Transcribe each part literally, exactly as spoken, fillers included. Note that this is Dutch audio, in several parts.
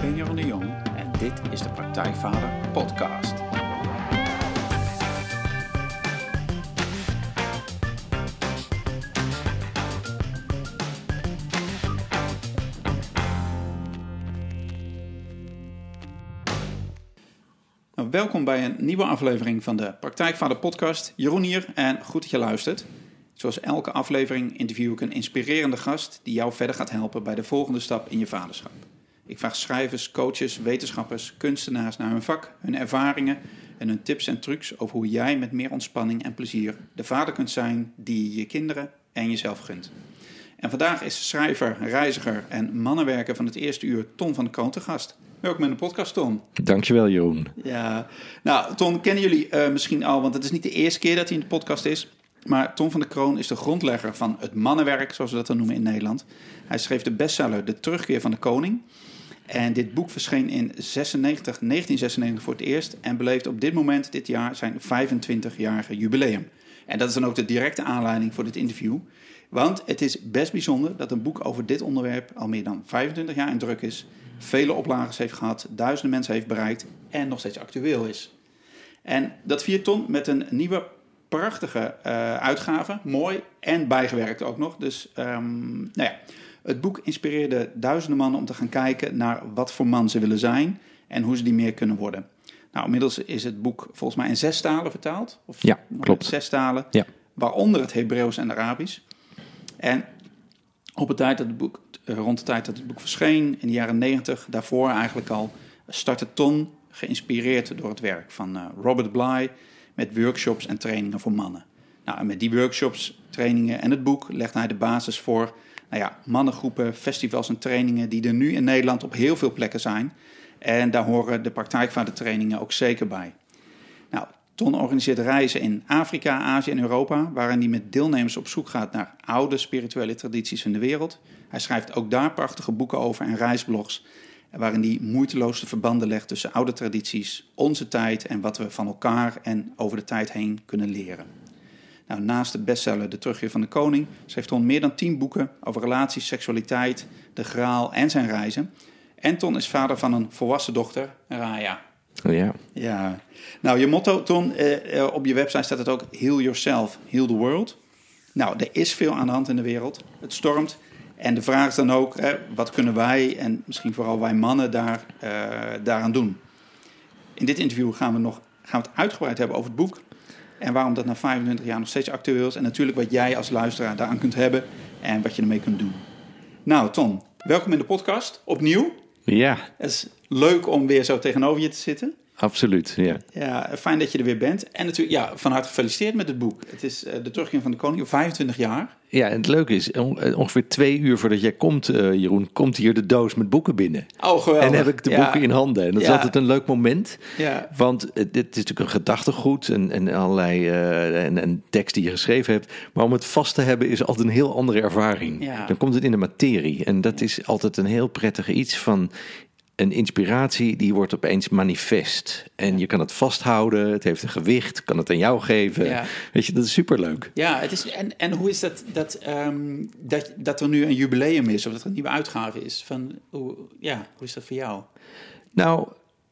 ben Jeroen de Jong en dit is de Praktijkvader podcast. Nou, welkom bij een nieuwe aflevering van de Praktijkvader podcast. Jeroen hier en goed dat je luistert. Zoals elke aflevering interview ik een inspirerende gast die jou verder gaat helpen bij de volgende stap in je vaderschap. Ik vraag schrijvers, coaches, wetenschappers, kunstenaars naar hun vak, hun ervaringen en hun tips en trucs over hoe jij met meer ontspanning en plezier de vader kunt zijn die je je kinderen en jezelf gunt. En vandaag is schrijver, reiziger en mannenwerker van het eerste uur Ton van de Kroon te gast. Welkom in de podcast, Ton. Dankjewel, Jeroen. Ja, nou, Ton kennen jullie uh, misschien al, want het is niet de eerste keer dat hij in de podcast is. Maar Ton van de Kroon is de grondlegger van het mannenwerk, zoals we dat dan noemen in Nederland. Hij schreef de bestseller De Terugkeer van de Koning. En dit boek verscheen in zesennegentig, negentien zesennegentig voor het eerst en beleeft op dit moment, dit jaar, zijn vijfentwintigjarige jubileum. En dat is dan ook de directe aanleiding voor dit interview. Want het is best bijzonder dat een boek over dit onderwerp al meer dan vijfentwintig jaar in druk is, vele oplagers heeft gehad, duizenden mensen heeft bereikt en nog steeds actueel is. En dat viert Ton met een nieuwe prachtige uh, uitgave, mooi en bijgewerkt ook nog. Dus um, nou ja, het boek inspireerde duizenden mannen om te gaan kijken naar wat voor man ze willen zijn en hoe ze die meer kunnen worden. Nou, inmiddels is het boek volgens mij in zes talen vertaald. Of ja, klopt. Zes talen, ja. Waaronder het Hebreeuws en Arabisch. En op het tijd dat het boek, rond de tijd dat het boek verscheen, in de jaren negentig, daarvoor eigenlijk al, startte Ton, geïnspireerd door het werk van uh, Robert Bly, met workshops en trainingen voor mannen. Nou, en met die workshops, trainingen en het boek legde hij de basis voor nou ja, mannengroepen, festivals en trainingen die er nu in Nederland op heel veel plekken zijn. En daar horen de praktijkvadertrainingen ook zeker bij. Nou, Ton organiseert reizen in Afrika, Azië en Europa, waarin hij met deelnemers op zoek gaat naar oude spirituele tradities in de wereld. Hij schrijft ook daar prachtige boeken over en reisblogs, waarin hij moeiteloos de verbanden legt tussen oude tradities, onze tijd en wat we van elkaar en over de tijd heen kunnen leren. Nou, naast de bestseller De Terugkeer van de Koning schreef Ton meer dan tien boeken over relaties, seksualiteit, de graal en zijn reizen. En Ton is vader van een volwassen dochter, Raya. Oh ja. Ja. Nou, je motto, Ton, eh, op je website staat het ook: Heal yourself, heal the world. Nou, er is veel aan de hand in de wereld. Het stormt. En de vraag is dan ook, hè, wat kunnen wij en misschien vooral wij mannen daar, uh, daaraan doen? In dit interview gaan we, nog, gaan we het uitgebreid hebben over het boek en waarom dat na vijfentwintig jaar nog steeds actueel is. En natuurlijk wat jij als luisteraar daaraan kunt hebben en wat je ermee kunt doen. Nou, Ton, welkom in de podcast, opnieuw. Ja. Het is leuk om weer zo tegenover je te zitten. Absoluut, ja. Ja, fijn dat je er weer bent. En natuurlijk, ja, van harte gefeliciteerd met het boek. Het is uh, De Terugkeer van de Koning op vijfentwintig jaar. Ja, en het leuke is, ongeveer twee uur voordat jij komt, uh, Jeroen, komt hier de doos met boeken binnen. Oh, geweldig. En heb ik de ja. boeken in handen. En dat is ja. altijd een leuk moment. Ja. Want uh, dit is natuurlijk een gedachtegoed en, en allerlei uh, en, en tekst die je geschreven hebt. Maar om het vast te hebben is altijd een heel andere ervaring. Ja. Dan komt het in de materie. En dat is altijd een heel prettige iets van een inspiratie die wordt opeens manifest. En je kan het vasthouden, het heeft een gewicht, kan het aan jou geven. Ja. Weet je, dat is superleuk. Ja, het is, en, en hoe is dat dat, um, dat dat er nu een jubileum is, of dat er een nieuwe uitgave is? Van, hoe, ja, hoe is dat voor jou? Nou,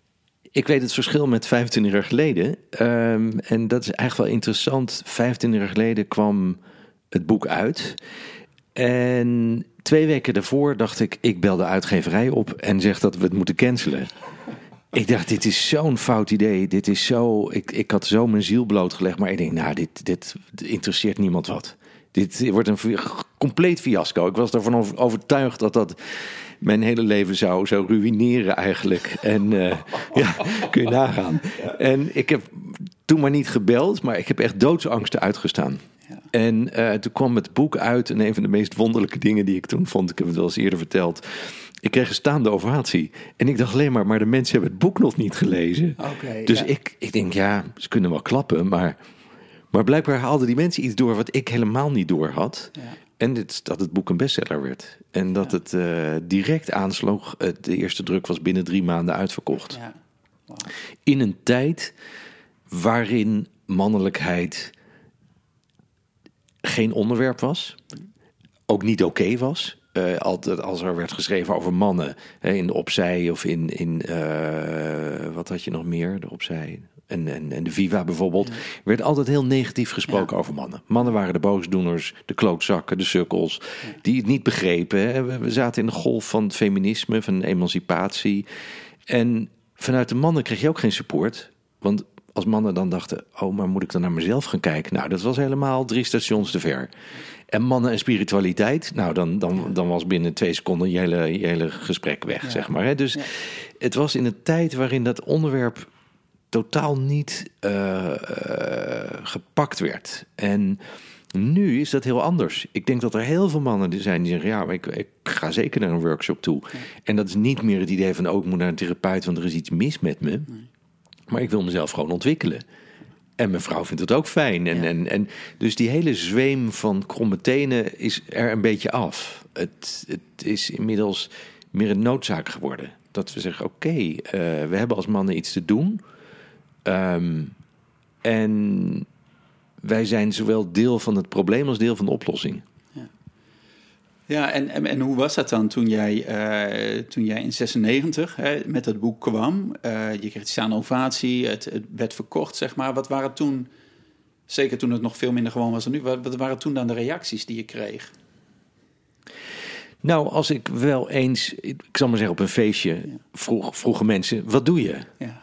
ik weet het verschil met vijfentwintig jaar geleden. Um, en dat is eigenlijk wel interessant. vijfentwintig jaar geleden kwam het boek uit. En twee weken daarvoor dacht ik, ik bel de uitgeverij op en zeg dat we het moeten cancelen. Ik dacht, dit is zo'n fout idee. Dit is zo, ik, ik had zo mijn ziel blootgelegd. Maar ik denk, nou, dit, dit interesseert niemand wat. Dit wordt een compleet fiasco. Ik was ervan overtuigd dat dat mijn hele leven zou, zou ruïneren eigenlijk. En uh, ja, kun je nagaan. En ik heb toen maar niet gebeld, maar ik heb echt doodsangsten uitgestaan. Ja. En uh, toen kwam het boek uit en een van de meest wonderlijke dingen die ik toen vond, ik heb het wel eens eerder verteld, ik kreeg een staande ovatie. En ik dacht alleen maar, maar de mensen hebben het boek nog niet gelezen. Okay, dus ja. ik, ik denk, ja, ze kunnen wel klappen, maar, maar blijkbaar haalden die mensen iets door wat ik helemaal niet door had. Ja. En dit, dat het boek een bestseller werd. En dat ja. het uh, direct aansloeg. Uh, de eerste druk was binnen drie maanden uitverkocht. Ja. Wow. In een tijd waarin mannelijkheid geen onderwerp was, ook niet oké was. Uh, altijd als er werd geschreven over mannen, hè, in de Opzij of in, in uh, wat had je nog meer, de Opzij en, en, en de Viva bijvoorbeeld, ja. werd altijd heel negatief gesproken ja. over mannen. Mannen waren de boosdoeners, de klootzakken, de sukkels, ja. die het niet begrepen. Hè. We, we zaten in de golf van het feminisme, van emancipatie. En vanuit de mannen kreeg je ook geen support, want als mannen dan dachten, oh, maar moet ik dan naar mezelf gaan kijken? Nou, dat was helemaal drie stations te ver. En mannen en spiritualiteit, nou, dan, dan, dan was binnen twee seconden je hele, je hele gesprek weg, ja. zeg maar. Hè? Dus ja. het was in een tijd waarin dat onderwerp totaal niet uh, uh, gepakt werd. En nu is dat heel anders. Ik denk dat er heel veel mannen zijn die zeggen, ja, maar ik, ik ga zeker naar een workshop toe. Ja. En dat is niet meer het idee van, oh, ik moet naar een therapeut, want er is iets mis met me. Nee. Maar ik wil mezelf gewoon ontwikkelen. En mijn vrouw vindt het ook fijn. En, ja. en, en dus die hele zweem van kromme tenen is er een beetje af. Het, het is inmiddels meer een noodzaak geworden. Dat we zeggen, oké, okay, uh, we hebben als mannen iets te doen. Um, en wij zijn zowel deel van het probleem als deel van de oplossing. Ja, ja en, en, en hoe was dat dan toen jij, uh, toen jij in zesennegentig hè, met dat boek kwam? Uh, je kreeg staande ovatie, het, het werd verkocht, zeg maar. Wat waren toen, zeker toen het nog veel minder gewoon was dan nu, wat, wat waren toen dan de reacties die je kreeg? Nou, als ik wel eens, ik zal maar zeggen op een feestje, ja. vroeg, vroegen mensen, wat doe je? Ja.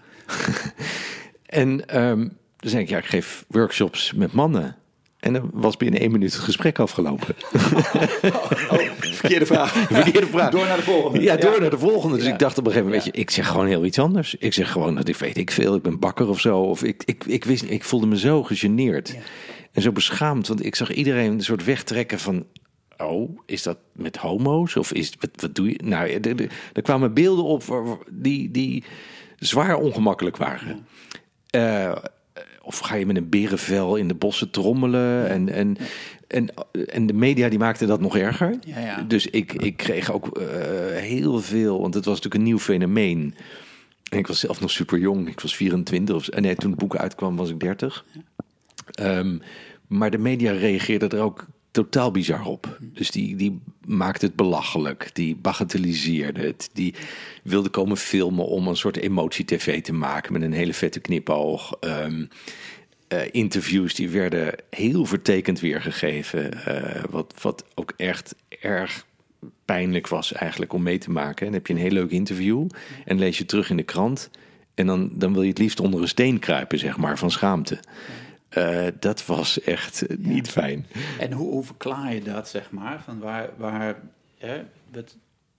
en um, dan zei ik, ja, ik geef workshops met mannen. En dan was binnen één minuut het gesprek afgelopen. Oh, oh, verkeerde vraag. verkeerde vraag. Door naar de volgende. Ja, door ja. naar de volgende. Dus ja. ik dacht op een gegeven moment, ja. weet je, ik zeg gewoon heel iets anders. Ik zeg gewoon, dat ik weet ik veel, ik ben bakker of zo. Of ik, ik, ik, wist, ik voelde me zo gegeneerd. Ja. En zo beschaamd, want ik zag iedereen een soort wegtrekken van, oh, is dat met homo's? Of is wat, wat doe je? Nou, er, er, er kwamen beelden op die, die zwaar ongemakkelijk waren. Ja. Uh, Of ga je met een berenvel in de bossen trommelen? En, en, en, en de media die maakten dat nog erger. Ja, ja. Dus ik, ik kreeg ook uh, heel veel, want het was natuurlijk een nieuw fenomeen. En ik was zelf nog super jong. Ik was vierentwintig. Of, nee, toen het boek uitkwam was ik dertig. Ja. Um, maar de media reageerden er ook totaal bizar op. Dus die, die maakte het belachelijk. Die bagatelliseerde het. Die wilde komen filmen om een soort emotie-tv te maken met een hele vette knipoog. Um, uh, interviews die werden heel vertekend weergegeven. Uh, wat, wat ook echt erg pijnlijk was eigenlijk om mee te maken. En dan heb je een heel leuk interview en lees je terug in de krant. En dan, dan wil je het liefst onder een steen kruipen, zeg maar, van schaamte. Uh, dat was echt uh, niet ja. fijn. En hoe, hoe verklaar je dat, zeg maar? Van waar, waar hè, dat,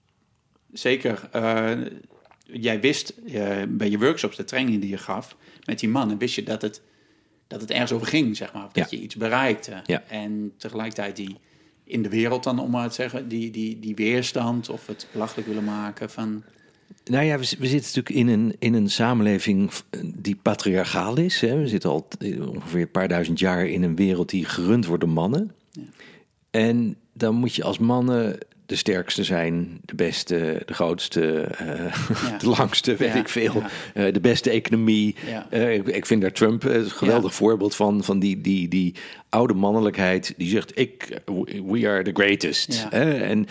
zeker, uh, jij wist uh, bij je workshops, de training die je gaf met die mannen, wist je dat het, dat het ergens over ging, zeg maar. Of dat ja. je iets bereikte. Ja. En tegelijkertijd die in de wereld dan, om maar te zeggen, die, die, die weerstand of het belachelijk willen maken van... Nou ja, we, we zitten natuurlijk in een, in een samenleving die patriarchaal is. Hè. We zitten al ongeveer een paar duizend jaar in een wereld die gerund wordt door mannen. Ja. En dan moet je als mannen de sterkste zijn, de beste, de grootste, uh, ja. de langste, weet ja. ik veel. Ja. Uh, de beste economie. Ja. Uh, ik, ik vind daar Trump een geweldig ja. voorbeeld van. Van die, die, die oude mannelijkheid die zegt, ik, we are the greatest. Ja. Uh, en...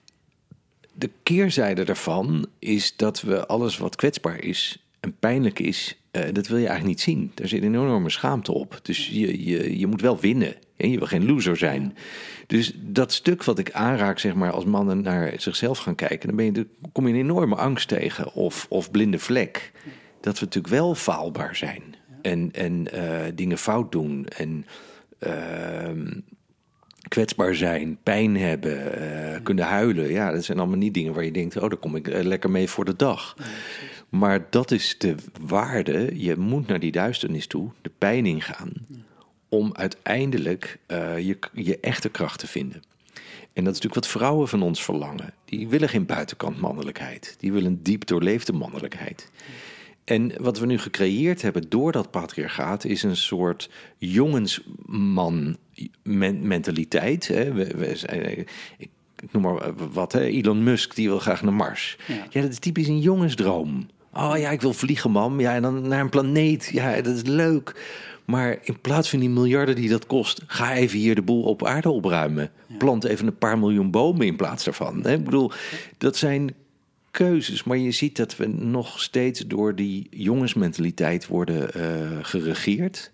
De keerzijde daarvan is dat we alles wat kwetsbaar is en pijnlijk is, uh, dat wil je eigenlijk niet zien. Daar zit een enorme schaamte op. Dus je, je, je moet wel winnen. Hè? Je wil geen loser zijn. Dus dat stuk wat ik aanraak, zeg maar, als mannen naar zichzelf gaan kijken, dan ben je, kom je een enorme angst tegen of, of blinde vlek. Dat we natuurlijk wel faalbaar zijn en, en uh, dingen fout doen en... Uh, kwetsbaar zijn, pijn hebben, uh, kunnen huilen. Ja, dat zijn allemaal niet dingen waar je denkt, oh, daar kom ik uh, lekker mee voor de dag. Ja, maar dat is de waarde. Je moet naar die duisternis toe, de pijn ingaan, ja. om uiteindelijk uh, je, je echte kracht te vinden. En dat is natuurlijk wat vrouwen van ons verlangen. Die willen geen buitenkant mannelijkheid. Die willen een diep doorleefde mannelijkheid. Ja. En wat we nu gecreëerd hebben door dat patriarchaat is een soort jongensman mentaliteit. Hè. We, we zijn, ik, ik noem maar wat, hè. Elon Musk die wil graag naar Mars. Ja. ja, dat is typisch een jongensdroom. Oh ja, ik wil vliegen, mam. Ja, en dan naar een planeet. Ja, dat is leuk. Maar in plaats van die miljarden die dat kost, ga even hier de boel op aarde opruimen. Ja. Plant even een paar miljoen bomen in plaats daarvan. Ik bedoel, dat zijn keuzes. Maar je ziet dat we nog steeds door die jongensmentaliteit worden uh, geregeerd.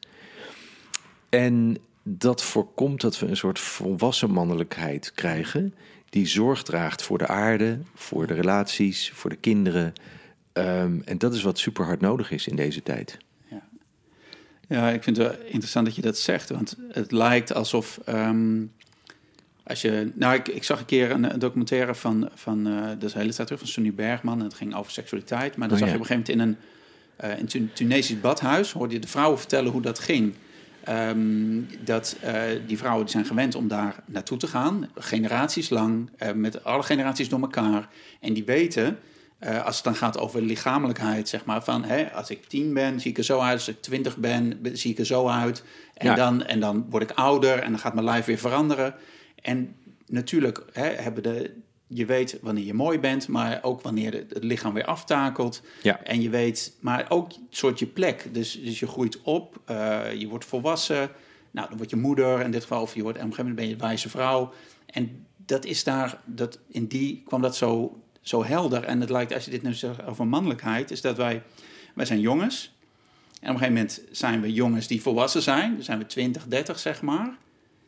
En dat voorkomt dat we een soort volwassen mannelijkheid krijgen, die zorg draagt voor de aarde, voor de relaties, voor de kinderen. Um, en dat is wat super hard nodig is in deze tijd. Ja, ja, ik vind het wel interessant dat je dat zegt, want het lijkt alsof um, als je, nou, ik, ik zag een keer een, een documentaire van, van uh, dat is een hele tijd terug, van Sonny Bergman, en het ging over seksualiteit, maar dan oh, zag ja. je op een gegeven moment in een, uh, in een Tunesisch badhuis, hoorde je de vrouwen vertellen hoe dat ging. Um, dat uh, die vrouwen die zijn gewend om daar naartoe te gaan, generaties lang, uh, met alle generaties door elkaar. En die weten, uh, als het dan gaat over lichamelijkheid, zeg maar, van hè, als ik tien ben, zie ik er zo uit. Als ik twintig ben, zie ik er zo uit. En, ja. dan, en dan word ik ouder en dan gaat mijn lijf weer veranderen. En natuurlijk hè, hebben de... Je weet wanneer je mooi bent, maar ook wanneer het lichaam weer aftakelt. Ja. En je weet, maar ook soort je plek. Dus, dus je groeit op, uh, je wordt volwassen. Nou, dan word je moeder in dit geval. Of je wordt, op een gegeven moment ben je een wijze vrouw. En dat is daar, dat, in die kwam dat zo, zo helder. En het lijkt, als je dit nu zegt over mannelijkheid, is dat wij, wij zijn jongens. En op een gegeven moment zijn we jongens die volwassen zijn. Dan zijn we twintig, dertig, zeg maar.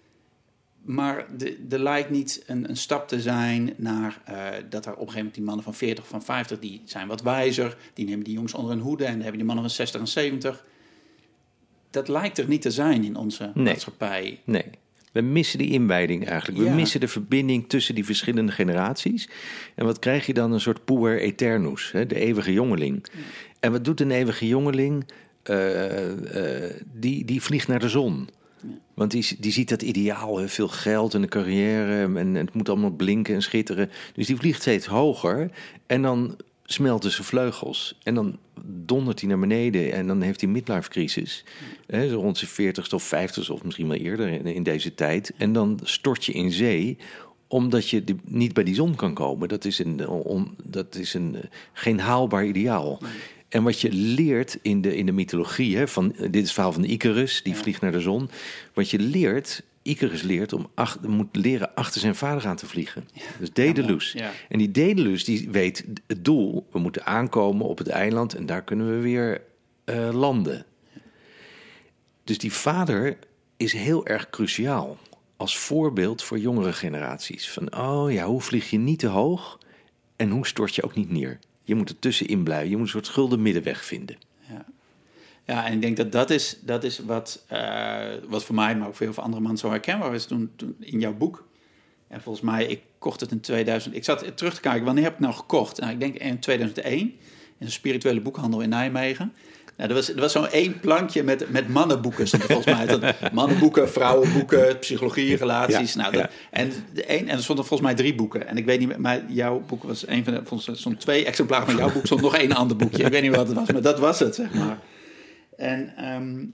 Maar er lijkt niet een, een stap te zijn naar uh, dat er op een gegeven moment die mannen van veertig of van vijftig... die zijn wat wijzer, die nemen die jongens onder hun hoede... en dan hebben die mannen van zestig en zeventig. Dat lijkt er niet te zijn in onze nee. maatschappij. Nee, we missen die inwijding eigenlijk. We ja. missen de verbinding tussen die verschillende generaties. En wat krijg je dan? Een soort puer aeternus, hè? De eeuwige jongeling. Ja. En wat doet een eeuwige jongeling? Uh, uh, die, die vliegt naar de zon. Ja. Want die, die ziet dat ideaal, veel geld en een carrière... En, en het moet allemaal blinken en schitteren. Dus die vliegt steeds hoger en dan smelten zijn vleugels. En dan dondert hij naar beneden en dan heeft hij midlife crisis. Ja. Hè, zo rond zijn veertigste of vijftigste of misschien wel eerder in, in deze tijd. En dan stort je in zee omdat je de, niet bij die zon kan komen. Dat is een, on, dat is een geen haalbaar ideaal. Ja. En wat je leert in de, in de mythologie, hè, van, dit is het verhaal van Icarus, die ja. vliegt naar de zon. Wat je leert, Icarus leert om ach, moet leren achter zijn vader aan te vliegen. Ja. Dus Daedalus. Ja, ja. En die Daedalus die weet het doel, we moeten aankomen op het eiland en daar kunnen we weer uh, landen. Ja. Dus die vader is heel erg cruciaal als voorbeeld voor jongere generaties. Van, oh ja, hoe vlieg je niet te hoog en hoe stort je ook niet neer? Je moet er tussenin blijven. Je moet een soort gulden middenweg vinden. Ja, ja en ik denk dat dat is, dat is wat, uh, wat voor mij, maar ook voor heel veel andere mannen zo herkenbaar was toen, toen in jouw boek. En volgens mij, ik kocht het in tweeduizend... Ik zat terug te kijken, wanneer heb ik nou gekocht? Nou, ik denk in tweeduizend één, in een spirituele boekhandel in Nijmegen. Nou, er was, er was zo'n één plankje met, met mannenboeken, volgens mij. Dat, mannenboeken, vrouwenboeken, psychologie, relaties. Ja, nou, dat, ja. en, de een, en er stonden volgens mij drie boeken. En ik weet niet, maar jouw boek was een van de... Volgens, er stonden twee exemplaren van jouw boek, stond nog één ander boekje. Ik weet niet wat het was, maar dat was het, zeg maar. En, um,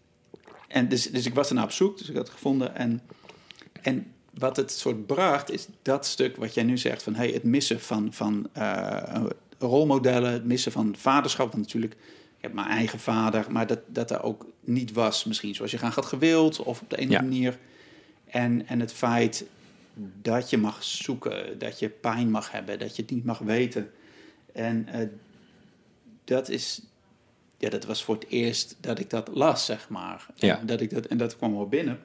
en dus, dus ik was ernaar op zoek, dus ik had het gevonden. En, en wat het soort bracht, is dat stuk wat jij nu zegt, van hey, het missen van, van uh, rolmodellen, het missen van vaderschap, want natuurlijk... Ik heb mijn eigen vader, maar dat, dat er ook niet was. Misschien zoals je graag had gewild of op de ene ja. manier. En, en het feit dat je mag zoeken, dat je pijn mag hebben, dat je het niet mag weten. En uh, dat is... Ja, dat was voor het eerst dat ik dat las, zeg maar. Ja. En, dat ik dat, en dat kwam wel binnen.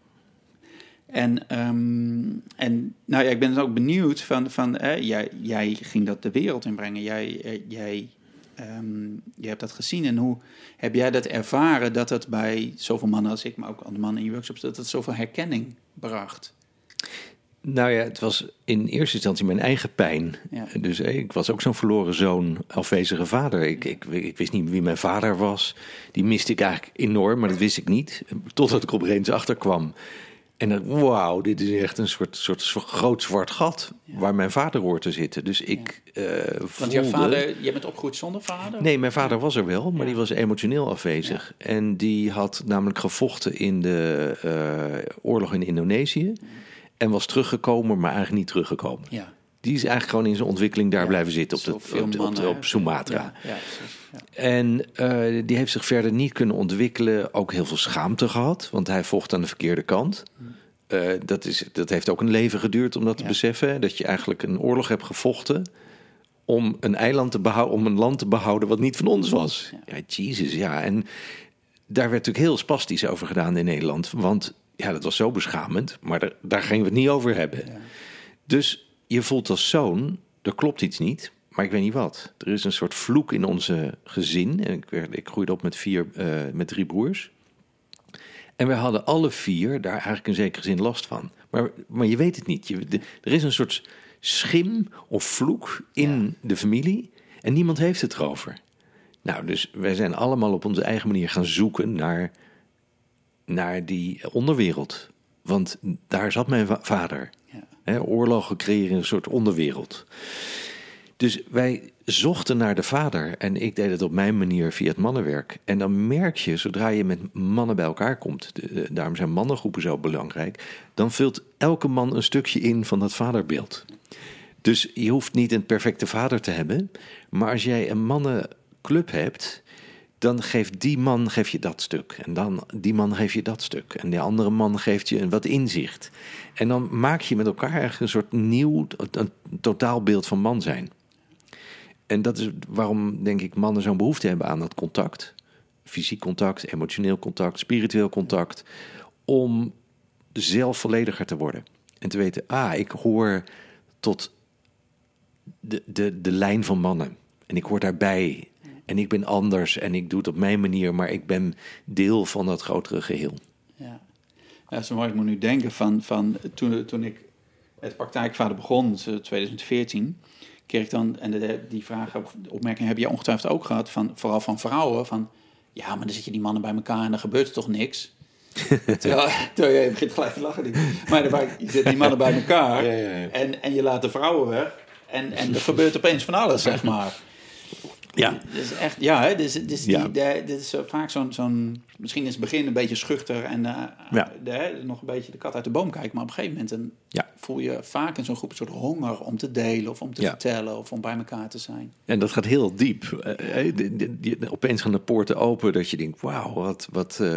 En, um, en nou ja, ik ben dan ook benieuwd van... van eh, jij, jij ging dat de wereld inbrengen. Jij... Eh, jij Um, je hebt dat gezien en hoe heb jij dat ervaren dat het bij zoveel mannen als ik, maar ook andere mannen in je workshops, dat het zoveel herkenning bracht? Nou ja, het was in eerste instantie mijn eigen pijn. Ja. Dus hey, ik was ook zo'n verloren zoon, afwezige vader. Ik, ik, ik wist niet wie mijn vader was. Die miste ik eigenlijk enorm, maar dat wist ik niet. Totdat ik er opeens achter kwam. En dan, wauw, dit is echt een soort, soort groot zwart gat ja. waar mijn vader hoort te zitten. Dus ik ja. uh, voelde... Want jouw vader, je bent opgegroeid zonder vader? Nee, mijn vader was er wel, maar ja. die was emotioneel afwezig. Ja. En die had namelijk gevochten in de uh, oorlog in Indonesië. Ja. En was teruggekomen, maar eigenlijk niet teruggekomen. Ja. Die is eigenlijk gewoon in zijn ontwikkeling daar Ja, blijven zitten op, de, zoveel op, de- op, de- mannen, op Sumatra. Ja, ja, precies, ja. En uh, die heeft zich verder niet kunnen ontwikkelen. Ook heel veel schaamte gehad, want hij vocht aan de verkeerde kant. Uh, dat, is, dat heeft ook een leven geduurd om dat te Ja. beseffen. Dat je eigenlijk een oorlog hebt gevochten om een eiland te behouden, om een land te behouden wat niet van ons was. Ja, ja Jezus, ja. En daar werd natuurlijk heel spastisch over gedaan in Nederland. Want ja, dat was zo beschamend, maar daar, daar gingen we het niet over hebben. Ja. Dus je voelt als zoon, er klopt iets niet, maar ik weet niet wat. Er is een soort vloek in onze gezin. En ik, werd, ik groeide op met, vier, uh, met drie broers. En we hadden alle vier daar eigenlijk in zekere zin last van. Maar, maar je weet het niet. Je, de, er is een soort schim of vloek in ja. de familie en niemand heeft het erover. Nou, dus wij zijn allemaal op onze eigen manier gaan zoeken naar, naar die onderwereld. Want daar zat mijn va- vader. Ja. He, oorlogen creëren een soort onderwereld. Dus wij zochten naar de vader en ik deed het op mijn manier via het mannenwerk. En dan merk je, zodra je met mannen bij elkaar komt, de, de, daarom zijn mannengroepen zo belangrijk, dan vult elke man een stukje in van dat vaderbeeld. Dus je hoeft niet een perfecte vader te hebben, maar als jij een mannenclub hebt, dan geeft die man geef je dat stuk. En dan die man geeft je dat stuk. En die andere man geeft je wat inzicht. En dan maak je met elkaar eigenlijk een soort nieuw, een totaalbeeld van man zijn. En dat is waarom, denk ik, mannen zo'n behoefte hebben aan dat contact. Fysiek contact, emotioneel contact, spiritueel contact. Om zelf vollediger te worden. En te weten, ah, ik hoor tot de, de, de lijn van mannen. En ik hoor daarbij. En ik ben anders en ik doe het op mijn manier, maar ik ben deel van dat grotere geheel. Ja, ja zo mooi. Ik moet nu denken van, van toen, toen ik met praktijkvader begon, twintig veertien, kreeg ik dan, en de, die vraag, de opmerking heb je ongetwijfeld ook gehad, van, vooral van vrouwen, van ja, maar dan zit je die mannen bij elkaar en dan gebeurt er toch niks. terwijl, terwijl je begint gelijk te lachen. Maar dan, je zet die mannen bij elkaar ja, ja, ja. En, en je laat de vrouwen weg en, en er gebeurt opeens van alles, zeg maar. Ja. Dus echt, ja, hè, dus, dus ja. Die, de, dit is zo, vaak zo'n, zo'n, misschien is het begin een beetje schuchter en uh, ja. de, nog een beetje de kat uit de boom kijken, maar op een gegeven moment een, ja. voel je vaak in zo'n groep een soort honger om te delen of om te ja. vertellen of om bij elkaar te zijn. En dat gaat heel diep. Uh, de, de, de, opeens gaan de poorten open dat je denkt, wauw, wat... wat uh,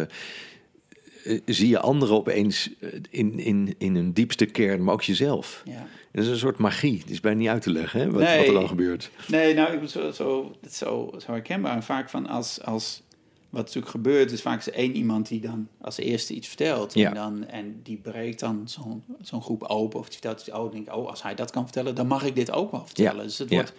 uh, zie je anderen opeens in, in, in hun diepste kern, maar ook jezelf. Ja. Dat is een soort magie. Het is bijna niet uit te leggen, hè, wat, nee, wat er dan gebeurt. Nee, nou, ik ben zo, zo, zo, zo herkenbaar. En vaak van als, als wat natuurlijk gebeurt, is vaak is er één iemand die dan als eerste iets vertelt. Ja. En, dan, en die breekt dan zo'n, zo'n groep open. Of die vertelt iets, oh, denk ik, oh, als hij dat kan vertellen, dan mag ik dit ook wel vertellen. Ja. Dus het ja. wordt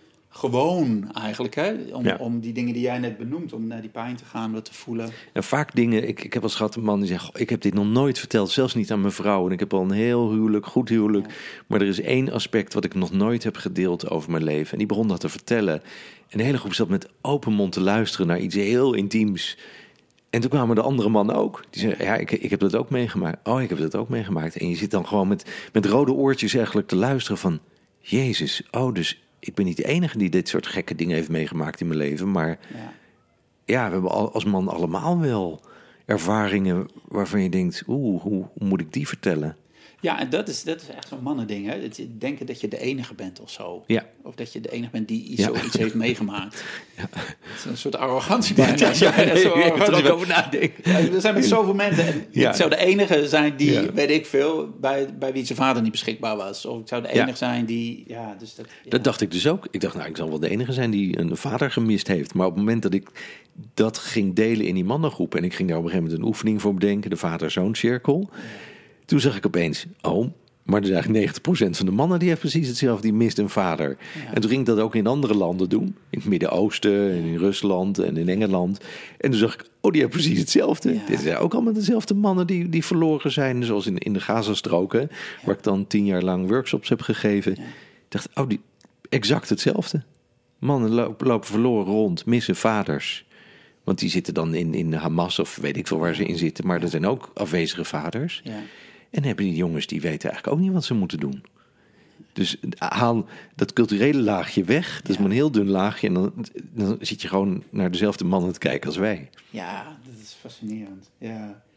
gewoon eigenlijk, hè, om, ja. om die dingen die jij net benoemt, om naar die pijn te gaan, dat te voelen. En vaak dingen, ik, ik heb wel eens gehad een man die zegt, ik heb dit nog nooit verteld, zelfs niet aan mijn vrouw. En ik heb al een heel huwelijk, goed huwelijk. Ja. Maar er is één aspect wat ik nog nooit heb gedeeld over mijn leven. En die begon dat te vertellen. En de hele groep zat met open mond te luisteren naar iets heel intiems. En toen kwamen de andere mannen ook. Die zeiden, ja, ik, ik heb dat ook meegemaakt. Oh, ik heb dat ook meegemaakt. En je zit dan gewoon met, met rode oortjes eigenlijk te luisteren van, Jezus, oh, dus ik ben niet de enige die dit soort gekke dingen heeft meegemaakt in mijn leven. Maar ja, ja we hebben als man allemaal wel ervaringen waarvan je denkt, oeh, hoe, hoe moet ik die vertellen? Ja, en dat is, dat is echt zo'n mannending, hè? Het denken dat je de enige bent of zo. Ja. Of dat je de enige bent die iets, ja. zoiets heeft meegemaakt. Ja. Het is een soort arrogantie bijna. Ja, ja, ja, zo arrogant er ook over nadenken. Ja, er zijn met zoveel mensen. En ja. Ik zou de enige zijn die, ja. weet ik veel, bij, bij wie zijn vader niet beschikbaar was. Of ik zou de enige ja. zijn die... Ja, dus dat, ja. dat dacht ik dus ook. Ik dacht, nou, ik zal wel de enige zijn die een vader gemist heeft. Maar op het moment dat ik dat ging delen in die mannengroep, en ik ging daar op een gegeven moment een oefening voor bedenken, de vader-zoon cirkel. Ja. Toen zag ik opeens, oh, maar er is eigenlijk negentig procent van de mannen die heeft precies hetzelfde, die mist een vader. Ja. En toen ging ik dat ook in andere landen doen. In het Midden-Oosten, en in Rusland en in Engeland. En toen zag ik, oh, die hebben precies hetzelfde. Ja. Dit zijn ook allemaal dezelfde mannen die, die verloren zijn, zoals in, in de Gazastroken, ja. waar ik dan tien jaar lang workshops heb gegeven. Ja. Ik dacht, oh, die, exact hetzelfde. Mannen lopen, lopen verloren rond, missen vaders. Want die zitten dan in, in Hamas of weet ik veel waar ze in zitten. Maar er zijn ook afwezige vaders. Ja. En hebben die jongens, die weten eigenlijk ook niet wat ze moeten doen. Dus haal dat culturele laagje weg. Dat is ja. maar een heel dun laagje. En dan, dan zit je gewoon naar dezelfde mannen te kijken als wij. Ja, dat is fascinerend. Ja,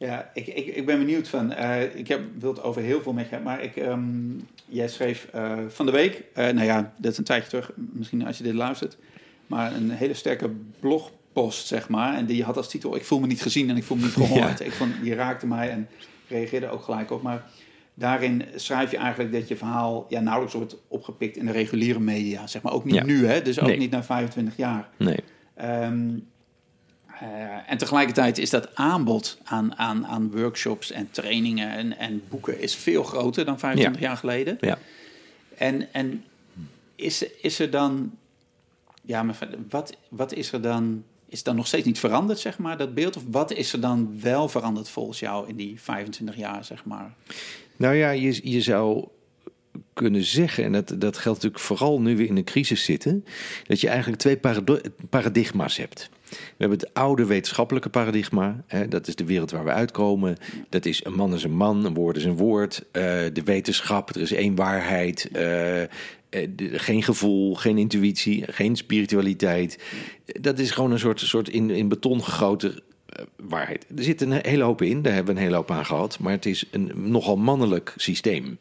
Ja, ik, ik, ik ben benieuwd van. Uh, ik heb, wil het over heel veel met je, maar ik, um, jij schreef uh, van de week, uh, nou ja, dat is een tijdje terug, misschien als je dit luistert, maar een hele sterke blogpost, zeg maar. En die had als titel, ik voel me niet gezien en ik voel me niet gehoord. Ja. Ik vond, die raakte mij en reageerde ook gelijk op. Maar daarin schrijf je eigenlijk dat je verhaal ja, nauwelijks wordt opgepikt in de reguliere media, zeg maar. Ook niet ja. nu, hè? Dus ook nee. niet na vijfentwintig jaar. Nee. Um, Uh, en tegelijkertijd is dat aanbod aan, aan, aan workshops en trainingen en, en boeken is veel groter dan vijfentwintig ja. jaar geleden. Ja. En, en is, is er dan, ja, maar wat, wat is er dan, is het dan nog steeds niet veranderd, zeg maar, dat beeld? Of wat is er dan wel veranderd volgens jou in die vijfentwintig jaar, zeg maar? Nou ja, je, je zou kunnen zeggen, en dat, dat geldt natuurlijk vooral nu we in een crisis zitten, dat je eigenlijk twee parad- paradigma's hebt. We hebben het oude wetenschappelijke paradigma. Hè, dat is de wereld waar we uitkomen. Dat is een man is een man, een woord is een woord. Uh, de wetenschap, er is één waarheid. Uh, uh, de, geen gevoel, geen intuïtie, geen spiritualiteit. Dat is gewoon een soort, soort in, in beton gegoten uh, waarheid. Er zit een hele hoop in, daar hebben we een hele hoop aan gehad. Maar het is een nogal mannelijk systeem.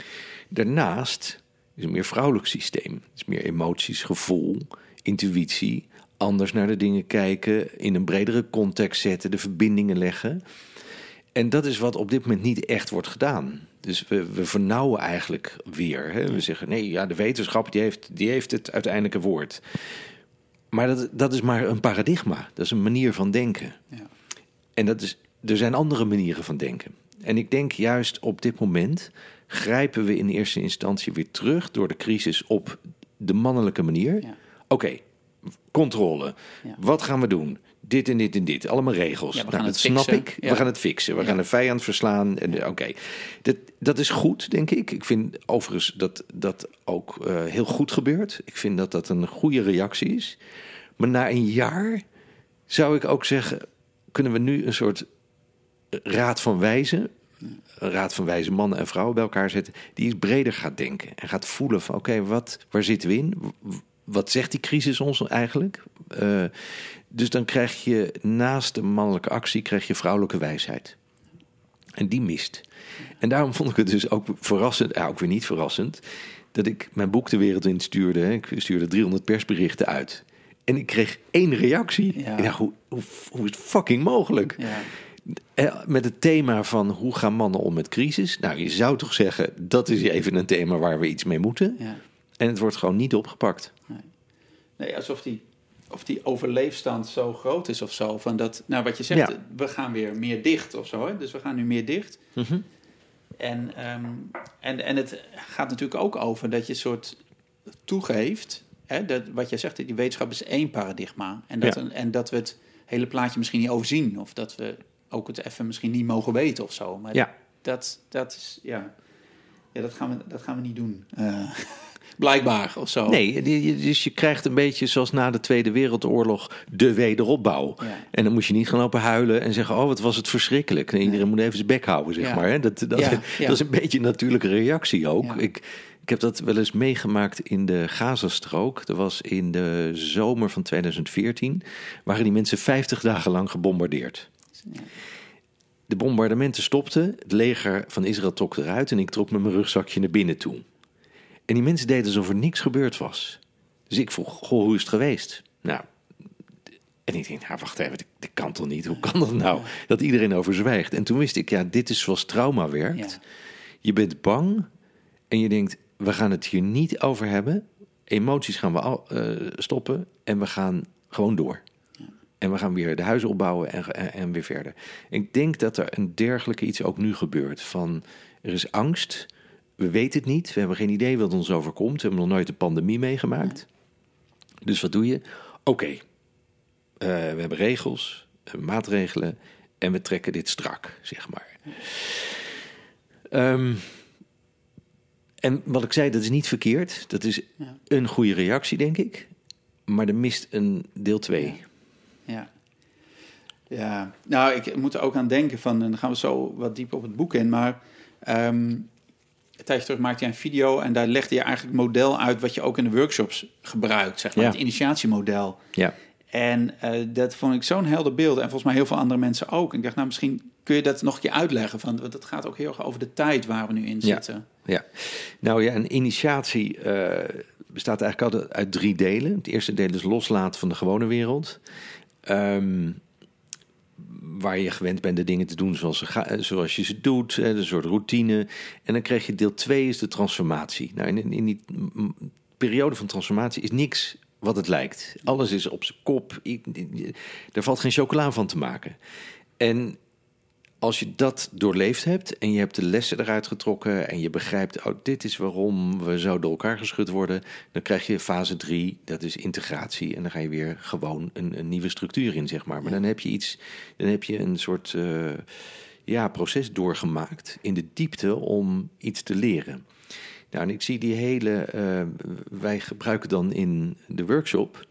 Daarnaast is een meer vrouwelijk systeem. Het is meer emoties, gevoel, intuïtie, anders naar de dingen kijken, in een bredere context zetten, de verbindingen leggen. En dat is wat op dit moment niet echt wordt gedaan. Dus we, we vernauwen eigenlijk weer. Hè? We zeggen, nee, ja, de wetenschap die heeft, die heeft het uiteindelijke woord. Maar dat, dat is maar een paradigma. Dat is een manier van denken. Ja. En dat is, er zijn andere manieren van denken. En ik denk juist op dit moment grijpen we in eerste instantie weer terug door de crisis op de mannelijke manier. Ja. Oké, okay, controle. Ja. Wat gaan we doen? Dit en dit en dit. Allemaal regels. Ja, nou, dat snap ik. Ja. We gaan het fixen. We ja. gaan een vijand verslaan. En Oké, okay. dat, dat is goed, denk ik. Ik vind overigens dat dat ook uh, heel goed gebeurt. Ik vind dat dat een goede reactie is. Maar na een jaar zou ik ook zeggen, kunnen we nu een soort raad van wijzen, een raad van wijze mannen en vrouwen bij elkaar zetten, die iets breder gaat denken en gaat voelen van oké, okay, wat, waar zitten we in? Wat zegt die crisis ons eigenlijk? Uh, dus dan krijg je naast de mannelijke actie krijg je vrouwelijke wijsheid. En die mist. En daarom vond ik het dus ook verrassend, ja, ook weer niet verrassend, dat ik mijn boek de wereld in stuurde. Ik stuurde driehonderd persberichten uit. En ik kreeg één reactie. Ja. Ik dacht, hoe, hoe, hoe is het fucking mogelijk? Ja. Met het thema van hoe gaan mannen om met crisis. Nou, je zou toch zeggen, dat is even een thema waar we iets mee moeten. Ja. En het wordt gewoon niet opgepakt. Nee, nee alsof die, of die overleefstand zo groot is of zo. Van dat, nou, wat je zegt, ja. we gaan weer meer dicht of zo. Hè? Dus we gaan nu meer dicht. Mm-hmm. En, um, en, en het gaat natuurlijk ook over dat je soort toegeeft, hè, dat, wat jij zegt, die wetenschap is één paradigma. En dat, ja. en dat we het hele plaatje misschien niet overzien. Of dat we ook het even misschien niet mogen weten of zo. Maar ja. dat, dat is, ja, ja dat, gaan we, dat gaan we niet doen. Uh, blijkbaar of zo. Nee, dus je krijgt een beetje zoals na de Tweede Wereldoorlog de wederopbouw. Ja. En dan moet je niet gaan lopen huilen en zeggen, oh, wat was het verschrikkelijk. Nee, iedereen nee. moet even zijn bek houden, zeg ja. maar. Hè? Dat, dat, ja, ja. dat is een beetje een natuurlijke reactie ook. Ja. Ik, ik heb dat wel eens meegemaakt in de Gazastrook. Dat was in de zomer van tweeduizend veertien. Waren die mensen vijftig dagen lang gebombardeerd. Ja. De bombardementen stopten. Het leger van Israël trok eruit. En ik trok met mijn rugzakje naar binnen toe. En die mensen deden alsof er niks gebeurd was. Dus ik vroeg, goh, hoe is het geweest? Nou, en ik denk, nou, wacht even, dit kan toch niet? Hoe kan dat nou? Dat iedereen over zwijgt. En toen wist ik, ja, dit is zoals trauma werkt. Ja. Je bent bang en je denkt, we gaan het hier niet over hebben. Emoties gaan we al, uh, stoppen en we gaan gewoon door. Ja. En we gaan weer de huizen opbouwen en, en, en weer verder. Ik denk dat er een dergelijke iets ook nu gebeurt. Van, er is angst. We weten het niet. We hebben geen idee wat ons overkomt. We hebben nog nooit een pandemie meegemaakt. Ja. Dus wat doe je? Oké, okay. uh, we hebben regels, uh, maatregelen en we trekken dit strak, zeg maar. Ja. Um, En wat ik zei, dat is niet verkeerd. Dat is ja. een goede reactie, denk ik. Maar er mist een deel twee. Ja. ja. Ja, nou, ik moet er ook aan denken van, en dan gaan we zo wat dieper op het boek in. Maar um, een tijdje terug maakte je een video en daar legde je eigenlijk het model uit wat je ook in de workshops gebruikt, zeg maar, ja. het initiatiemodel. Ja. En uh, dat vond ik zo'n helder beeld. En volgens mij heel veel andere mensen ook. Ik dacht, nou, misschien kun je dat nog een keer uitleggen. Van, want het gaat ook heel erg over de tijd waar we nu in zitten. Ja, ja. Nou ja, een initiatie uh, bestaat eigenlijk altijd uit drie delen. Het eerste deel is loslaten van de gewone wereld. Um, waar je gewend bent de dingen te doen zoals, ze ga, zoals je ze doet. Hè, een soort routine. En dan krijg je deel twee, is de transformatie. Nou, in, in die periode van transformatie is niks wat het lijkt. Alles is op zijn kop. Er valt geen chocola van te maken. En als je dat doorleefd hebt en je hebt de lessen eruit getrokken en je begrijpt, oh, dit is waarom we zo door elkaar geschud worden, dan krijg je fase drie, dat is integratie. En dan ga je weer gewoon een, een nieuwe structuur in, zeg maar. Maar dan heb je iets, dan heb je een soort uh, ja, proces doorgemaakt in de diepte om iets te leren. Nou, en ik zie die hele, uh, wij gebruiken dan in de workshop,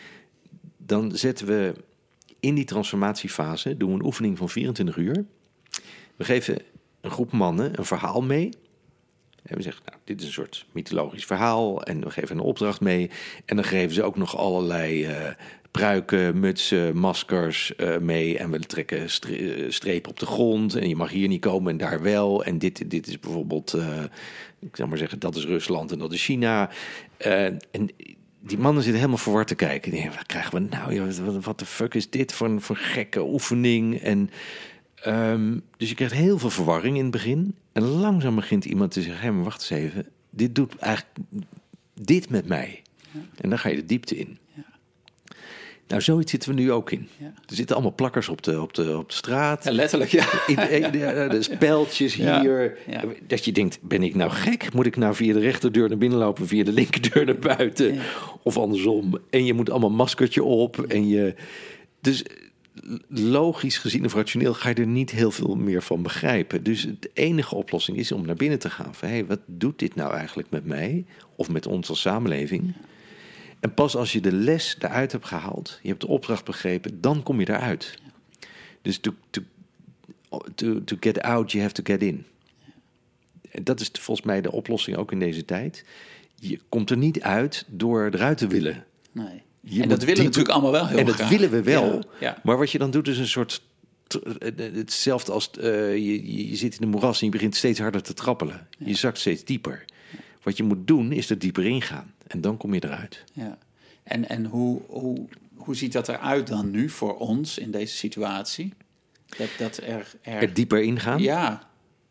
dan zetten we in die transformatiefase, doen we een oefening van vierentwintig uur. We geven een groep mannen een verhaal mee. En we zeggen, nou, dit is een soort mythologisch verhaal. En we geven een opdracht mee. En dan geven ze ook nog allerlei uh, pruiken, mutsen, maskers uh, mee. En we trekken stre- strepen op de grond. En je mag hier niet komen en daar wel. En dit, dit is bijvoorbeeld, uh, ik zou maar zeggen, dat is Rusland en dat is China. Uh, en die mannen zitten helemaal verward te kijken. Nee, wat krijgen we nou? Wat de fuck is dit voor een, voor een gekke oefening? En Um, dus je krijgt heel veel verwarring in het begin. En langzaam begint iemand te zeggen, hé, maar wacht eens even. Dit doet eigenlijk dit met mij. Ja. En dan ga je de diepte in. Ja. Nou, zoiets zitten we nu ook in. Ja. Er zitten allemaal plakkers op de, op de, op de straat. Ja, letterlijk, ja. De, de, de speltjes ja. hier. Ja. Dat je denkt, ben ik nou gek? Moet ik nou via de rechterdeur naar binnen lopen, via de linkerdeur naar buiten? Ja. Of andersom. En je moet allemaal maskertje op. Ja. En je... Dus... logisch gezien of rationeel ga je er niet heel veel meer van begrijpen. Dus de enige oplossing is om naar binnen te gaan. Van, hey, wat doet dit nou eigenlijk met mij? Of met ons als samenleving? Ja. En pas als je de les eruit hebt gehaald, je hebt de opdracht begrepen, dan kom je eruit. Ja. Dus to, to, to, to get out, you have to get in. Ja. En dat is volgens mij de oplossing ook in deze tijd. Je komt er niet uit door eruit te willen. Nee. Je en dat willen we natuurlijk allemaal wel heel En dat graag. willen we wel. Ja, ja. Maar wat je dan doet is een soort... hetzelfde als uh, je, je zit in een moeras en je begint steeds harder te trappelen. Ja. Je zakt steeds dieper. Ja. Wat je moet doen is er dieper in gaan. En dan kom je eruit. Ja. En, en hoe, hoe, hoe ziet dat eruit dan nu voor ons in deze situatie? Dat, dat er, er... er dieper ingaan? Ja.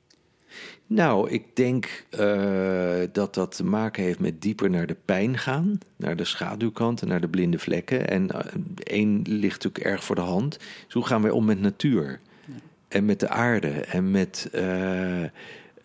Nou, ik denk uh, dat dat te maken heeft met dieper naar de pijn gaan. Naar de schaduwkant en naar de blinde vlekken. En uh, één ligt natuurlijk erg voor de hand. Dus hoe gaan wij om met natuur? Ja. En met de aarde en met, uh, uh,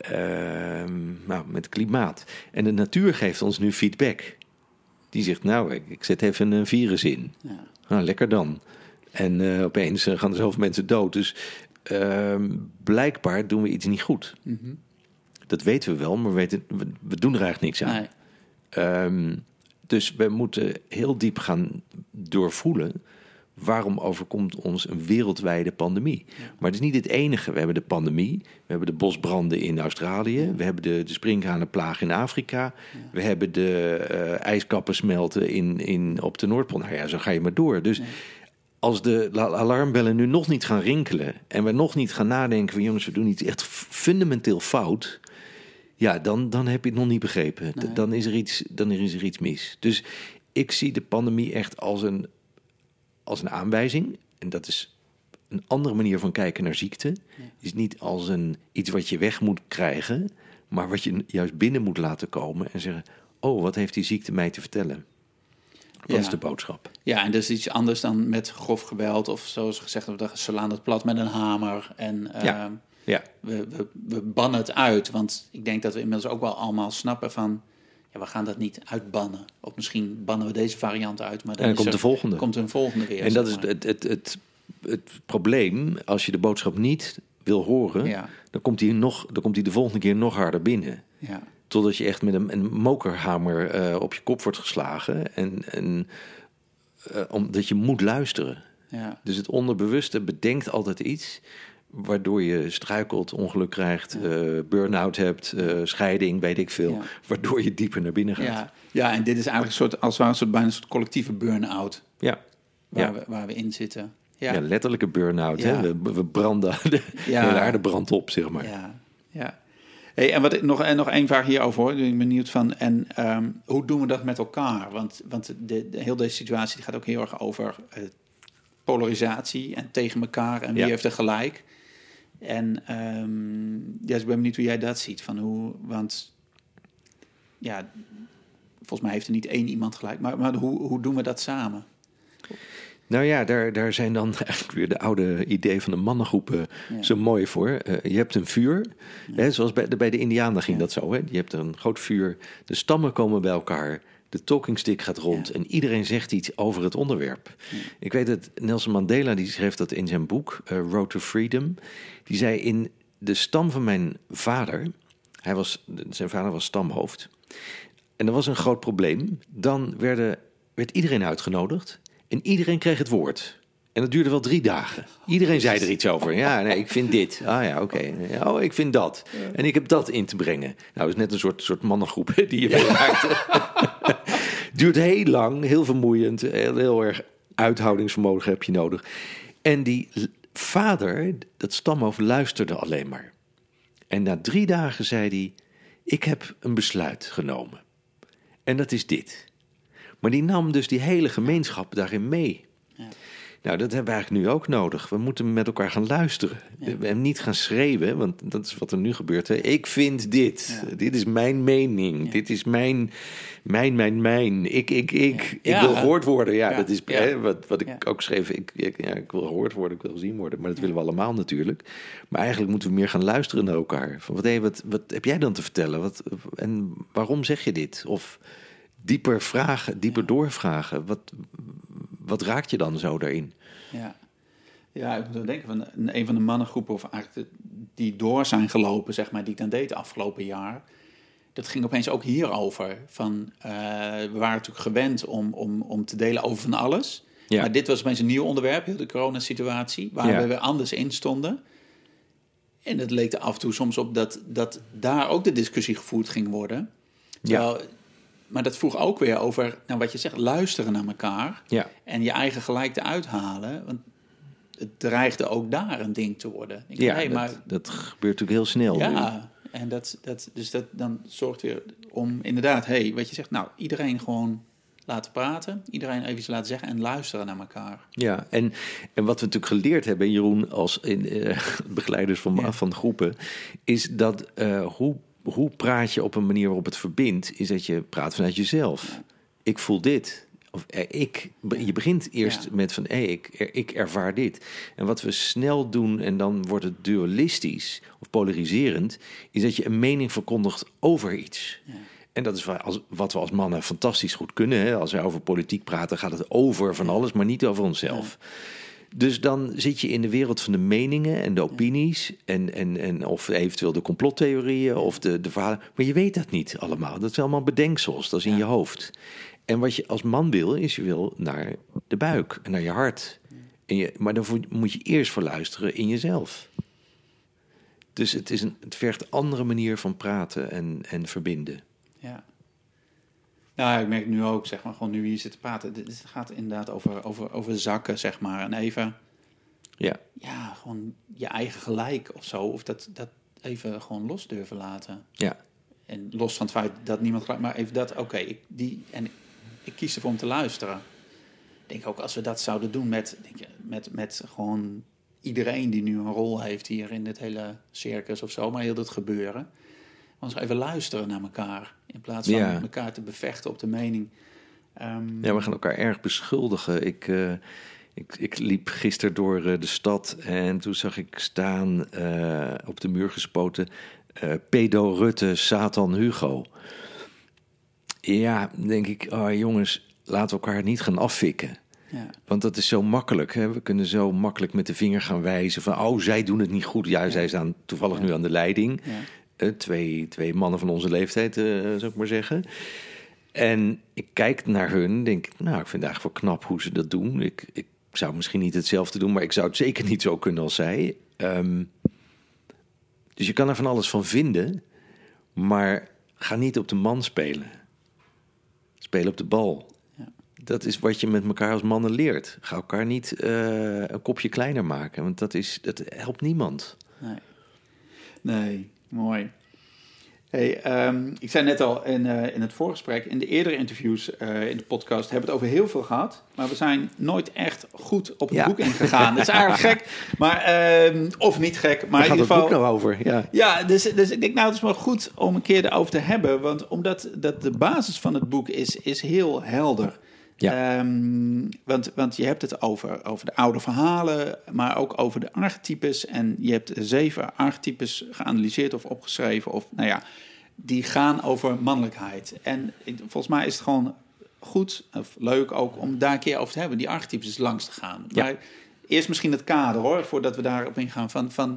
nou, met klimaat. En de natuur geeft ons nu feedback. Die zegt, nou, ik, ik zet even een virus in. Ja. Nou, lekker dan. En uh, opeens gaan er zoveel mensen dood. Dus uh, blijkbaar doen we iets niet goed. Mm-hmm. Dat weten we wel, maar we, weten, we, we doen er eigenlijk niks aan. Nee. Um, dus we moeten heel diep gaan doorvoelen. Waarom overkomt ons een wereldwijde pandemie? Ja. Maar het is niet het enige. We hebben de pandemie, we hebben de bosbranden in Australië, ja. we hebben de, de sprinkhanenplaag in Afrika, ja. we hebben de uh, ijskappen smelten in, in, op de Noordpool. Nou ja, zo ga je maar door. Dus ja. als de alarmbellen nu nog niet gaan rinkelen en we nog niet gaan nadenken van jongens, we doen iets echt fundamenteel fout. Ja, dan, dan heb je het nog niet begrepen. Nee. Dan, is er iets, dan is er iets mis. Dus ik zie de pandemie echt als een, als een aanwijzing. En dat is een andere manier van kijken naar ziekte. Ja. Is niet als een, iets wat je weg moet krijgen, maar wat je juist binnen moet laten komen en zeggen, oh, wat heeft die ziekte mij te vertellen? Dat ja. is de boodschap. Ja, en dat is iets anders dan met grof geweld of zoals gezegd wordt, ze slaan het plat met een hamer en... Uh, ja. Ja. We, we, we bannen het uit, want ik denk dat we inmiddels ook wel allemaal snappen van, ja, we gaan dat niet uitbannen. Of misschien bannen we deze variant uit, maar dan, en dan komt er, de volgende. Komt een volgende weer. En dat is het, het, het, het probleem, als je de boodschap niet wil horen, ja. dan komt hij nog, dan komt hij de volgende keer nog harder binnen. Ja. Totdat je echt met een, een mokerhamer uh, op je kop wordt geslagen en, en uh, omdat je moet luisteren. Ja. Dus het onderbewuste bedenkt altijd iets waardoor je struikelt, ongeluk krijgt, ja. uh, burn-out hebt, uh, scheiding, weet ik veel. Ja. Waardoor je dieper naar binnen gaat. Ja, ja, en dit is eigenlijk een soort, als het ware, een soort, bijna een soort collectieve burn-out. Ja. waar, Ja. we, waar we in zitten. Ja, Ja, letterlijke burn-out. Ja. Hè? We, we branden, de Ja. hele aarde brandt op, zeg maar. ja. ja. Hey, en wat, ik- nog, en nog één vraag hierover hoor. Ik ben benieuwd van. En ehm, hoe doen we dat met elkaar? Want, want de, de, heel deze situatie die gaat ook heel erg over uh, polarisatie en tegen elkaar en wie Ja. heeft er gelijk. En um, ja, dus ik ben benieuwd hoe jij dat ziet. Van hoe, want ja, volgens mij heeft er niet één iemand gelijk. Maar, maar hoe, hoe doen we dat samen? Nou ja, daar, daar zijn dan eigenlijk weer de oude ideeën van de mannengroepen Ja. zo mooi voor. Uh, je hebt een vuur, Ja. hè, zoals bij de, bij de Indianen ging Ja. dat zo. Hè? Je hebt een groot vuur, de stammen komen bij elkaar, de talking stick gaat rond Ja. en iedereen zegt iets over het onderwerp. Ja. Ik weet dat Nelson Mandela, die schreef dat in zijn boek, uh, Road to Freedom. Die zei in de stam van mijn vader, hij was, zijn vader was stamhoofd. En er was een groot probleem. Dan werden, werd iedereen uitgenodigd. En iedereen kreeg het woord. En dat duurde wel drie dagen. Iedereen zei er iets over. Ja, nee, ik vind dit. Ah ja, oké. Okay. Oh, ik vind dat. En ik heb dat in te brengen. Nou, dat is net een soort, soort mannengroep die je meemaakt. Duurt heel lang, heel vermoeiend. Heel, heel erg uithoudingsvermogen heb je nodig. En die vader, dat stamhoofd, luisterde alleen maar. En na drie dagen zei hij, ik heb een besluit genomen. En dat is dit. Maar die nam dus die hele gemeenschap daarin mee. Ja. Nou, dat hebben we eigenlijk nu ook nodig. We moeten met elkaar gaan luisteren. Ja. En niet gaan schreeuwen, want dat is wat er nu gebeurt. Hè. Ik vind dit. Ja. Dit is mijn mening. Ja. Dit is mijn, mijn, mijn, mijn. Ik, ik, ik. Ja. Ik Ja. wil gehoord worden. Ja, Ja. dat is Ja. hè, wat, wat ik Ja. ook schreef. Ik, ik, ja, ik wil gehoord worden, ik wil gezien worden. Maar dat willen we allemaal natuurlijk. Maar eigenlijk moeten we meer gaan luisteren naar elkaar. Van, wat, hey, wat, wat heb jij dan te vertellen? Wat, en waarom zeg je dit? Of dieper vragen, dieper Ja. doorvragen. Wat, wat raakt je dan zo daarin? Ja. ja, ik moet wel denken van een, een van de mannengroepen, of eigenlijk de, die door zijn gelopen, zeg maar, die ik dan deed afgelopen jaar. Dat ging opeens ook hierover. Van, uh, we waren natuurlijk gewend om, om, om te delen over van alles. Ja. Maar dit was opeens een nieuw onderwerp, heel de coronasituatie, waar Ja. we weer anders in stonden. En het leek er af en toe soms op dat, dat daar ook de discussie gevoerd ging worden. Terwijl, ja. Maar dat vroeg ook weer over, nou wat je zegt, luisteren naar elkaar. Ja. En je eigen gelijk eruit halen. Want het dreigde ook daar een ding te worden. Ik Ja, denk, hey, dat, maar, dat gebeurt natuurlijk heel snel. ja, en dat, dat, dus dat dan zorgt weer om inderdaad, hey, wat je zegt, nou, iedereen gewoon laten praten. Iedereen even iets laten zeggen en luisteren naar elkaar. Ja, en, en wat we natuurlijk geleerd hebben, Jeroen, als in, uh, begeleiders van, Ja. van groepen, is dat uh, hoe, hoe praat je op een manier waarop het verbindt, is dat je praat vanuit jezelf. Ja. Ik voel dit. Of eh, ik. Je begint eerst ja. met van, hey, ik, er, ik ervaar dit. En wat we snel doen, en dan wordt het dualistisch of polariserend, is dat je een mening verkondigt over iets. Ja. En dat is wat we als mannen fantastisch goed kunnen. Hè? Als we over politiek praten, gaat het over van alles, maar niet over onszelf. Ja. Dus dan zit je in de wereld van de meningen en de opinies, en, en, en of eventueel de complottheorieën of de, de verhalen. Maar je weet dat niet allemaal. Dat zijn allemaal bedenksels, dat is in ja. je hoofd. En wat je als man wil, is je wil naar de buik en naar je hart. En je, maar daarvoor moet je eerst voor luisteren in jezelf. Dus het, is een, het vergt een andere manier van praten en, en verbinden. Ja. Nou, ik merk nu ook, zeg maar, gewoon nu we hier zitten praten. Het gaat inderdaad over, over, over zakken, zeg maar. En even, ja, ja, gewoon je eigen gelijk of zo. Of dat, dat even gewoon los durven laten. Ja. En los van het feit dat niemand gelijk, maar even dat, oké, okay, ik die en ik kies ervoor om te luisteren. Ik denk ook als we dat zouden doen met, denk je, met, met gewoon iedereen die nu een rol heeft hier in dit hele circus of zo, maar heel dat gebeuren. Ons even luisteren naar elkaar. In plaats van ja. elkaar te bevechten op de mening. Um, ja, we gaan elkaar erg beschuldigen. Ik, uh, ik, ik liep gisteren door uh, de stad en toen zag ik staan uh, op de muur gespoten uh, Pedo Rutte, Satan Hugo. Ja, denk ik, oh, jongens, laten we elkaar niet gaan afvikken. Ja. Want dat is zo makkelijk. Hè? We kunnen zo makkelijk met de vinger gaan wijzen van, oh, zij doen het niet goed. Ja, ja. zij staan toevallig ja. nu aan de leiding. Ja. Uh, twee, twee mannen van onze leeftijd, uh, zou ik maar zeggen. En ik kijk naar hun, denk, nou, ik vind het eigenlijk wel knap hoe ze dat doen. Ik, ik zou misschien niet hetzelfde doen, maar ik zou het zeker niet zo kunnen als zij. Um, dus je kan er van alles van vinden, maar ga niet op de man spelen. Speel op de bal. Ja. dat is wat je met elkaar als mannen leert. Ga elkaar niet uh, een kopje kleiner maken, want dat, is, dat helpt niemand. Nee, nee, mooi. Hey, um, ik zei net al in, uh, in het voorgesprek, in de eerdere interviews uh, in de podcast hebben we het over heel veel gehad, maar we zijn nooit echt goed op het ja. boek ingegaan. Dat is eigenlijk gek, maar uh, of niet gek, maar Waar in ieder geval. Het boek nou over? Ja, ja dus, dus ik denk nou het is wel goed om een keer erover te hebben, want omdat dat de basis van het boek is, is heel helder. Ja. Um, want, want je hebt het over, over de oude verhalen, maar ook over de archetypes. En je hebt zeven archetypes geanalyseerd of opgeschreven. Of, nou ja, die gaan over mannelijkheid. En volgens mij is het gewoon goed of leuk ook om daar een keer over te hebben. Die archetypes langs te gaan. Ja. Maar eerst misschien het kader hoor, voordat we daarop ingaan. Van, van,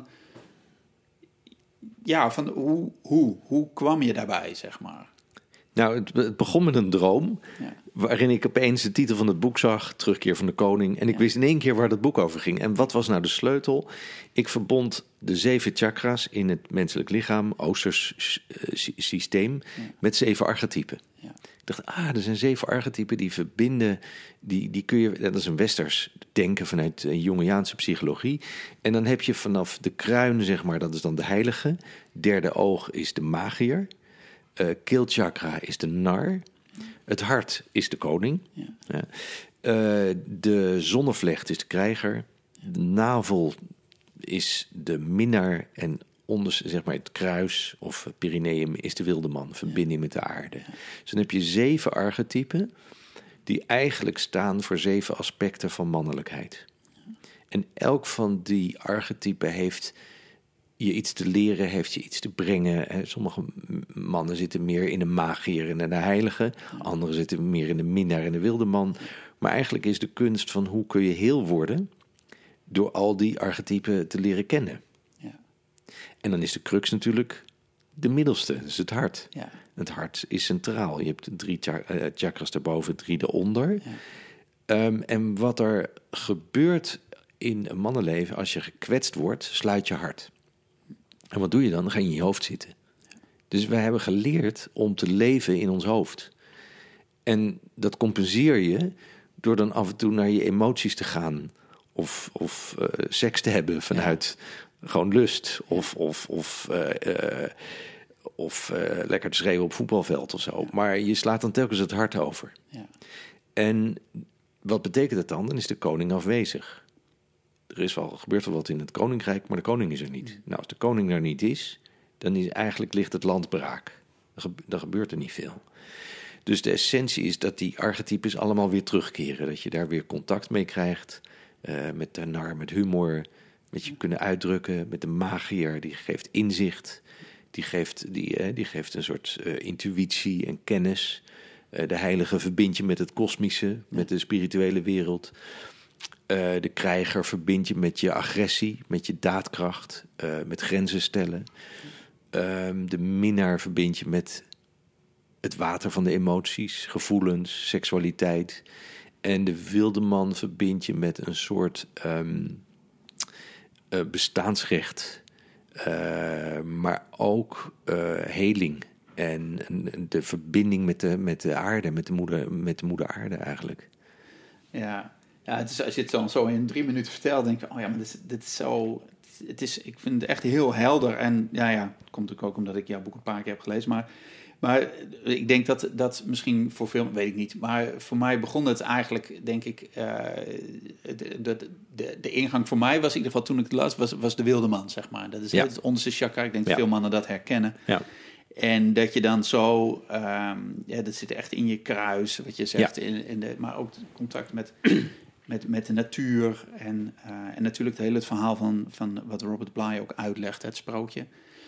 ja, van hoe, hoe, hoe kwam je daarbij, zeg maar? Nou, het, het begon met een droom, ja. waarin ik opeens de titel van het boek zag, Terugkeer van de Koning. En ik ja. wist in één keer waar het boek over ging. En wat was nou de sleutel? Ik verbond de zeven chakras in het menselijk lichaam, Oosters uh, systeem, ja. met zeven archetypen. Ja. Ik dacht, ah, er zijn zeven archetypen die verbinden, die, die kun je, dat is een westers denken vanuit uh, Jungiaanse psychologie. En dan heb je vanaf de kruin, zeg maar, dat is dan de heilige. Derde oog is de magier. Uh, keelchakra is de nar. Het hart is de koning. Ja. Ja. Uh, de zonnevlecht is de krijger. De navel is de minnaar. En onder, zeg maar, het kruis of Pyreneeum is de wilde man. Verbinding ja. met de aarde. Ja. Dus dan heb je zeven archetypen die eigenlijk staan voor zeven aspecten van mannelijkheid. Ja. En elk van die archetypen heeft je iets te leren, heeft je iets te brengen. Sommige mannen zitten meer in de magier en de heilige. Anderen zitten meer in de minnaar en de wilde man. Maar eigenlijk is de kunst van hoe kun je heel worden door al die archetypen te leren kennen. Ja. En dan is de crux natuurlijk de middelste, dat is het hart. Ja. Het hart is centraal. Je hebt drie chakras daarboven, drie eronder. Ja. Um, en wat er gebeurt in een mannenleven, als je gekwetst wordt, sluit je hart. En wat doe je dan? Dan ga je in je hoofd zitten. Dus wij hebben geleerd om te leven in ons hoofd. En dat compenseer je door dan af en toe naar je emoties te gaan. Of, of uh, seks te hebben vanuit ja. gewoon lust. Of, of, of, uh, uh, of uh, lekker te schreeuwen op voetbalveld of zo. Ja. Maar je slaat dan telkens het hart over. Ja. En wat betekent dat dan? Dan is de koning afwezig. Er is wel, gebeurt wel wat in het koninkrijk, maar de koning is er niet. Nou, als de koning er niet is, dan is eigenlijk ligt het land braak. Dan gebeurt er niet veel. Dus de essentie is dat die archetypes allemaal weer terugkeren. Dat je daar weer contact mee krijgt. Uh, met de nar, met humor. Met je kunnen uitdrukken. Met de magier, die geeft inzicht. Die geeft, die, uh, die geeft een soort uh, intuïtie en kennis. Uh, de heilige verbindt je met het kosmische, met de spirituele wereld. Uh, de krijger verbind je met je agressie, met je daadkracht, uh, met grenzen stellen. Uh, de minnaar verbind je met het water van de emoties, gevoelens, seksualiteit. En de wilde man verbind je met een soort um, uh, bestaansrecht, uh, maar ook uh, heling. En, en de verbinding met de, met de aarde, met de moeder, met de moeder aarde eigenlijk. Ja. Ja, het is, als je het dan zo in drie minuten vertelt, denk je, oh ja, maar dit is, dit is zo, het is, ik vind het echt heel helder. En ja, ja, het komt natuurlijk ook omdat ik jouw boek een paar keer heb gelezen. Maar, maar ik denk dat dat misschien voor veel, weet ik niet. Maar voor mij begon het eigenlijk, denk ik, uh, de, de, de, de ingang voor mij was in ieder geval toen ik het las, was, was de wilde man, zeg maar. Dat is ja. het onderste chakra. Ik denk dat ja. veel mannen dat herkennen. Ja. En dat je dan zo, um, ja, dat zit echt in je kruis, wat je zegt, ja. in, in de, maar ook contact met... Met, met de natuur en, uh, en natuurlijk het hele verhaal van, van wat Robert Bly ook uitlegt, het sprookje.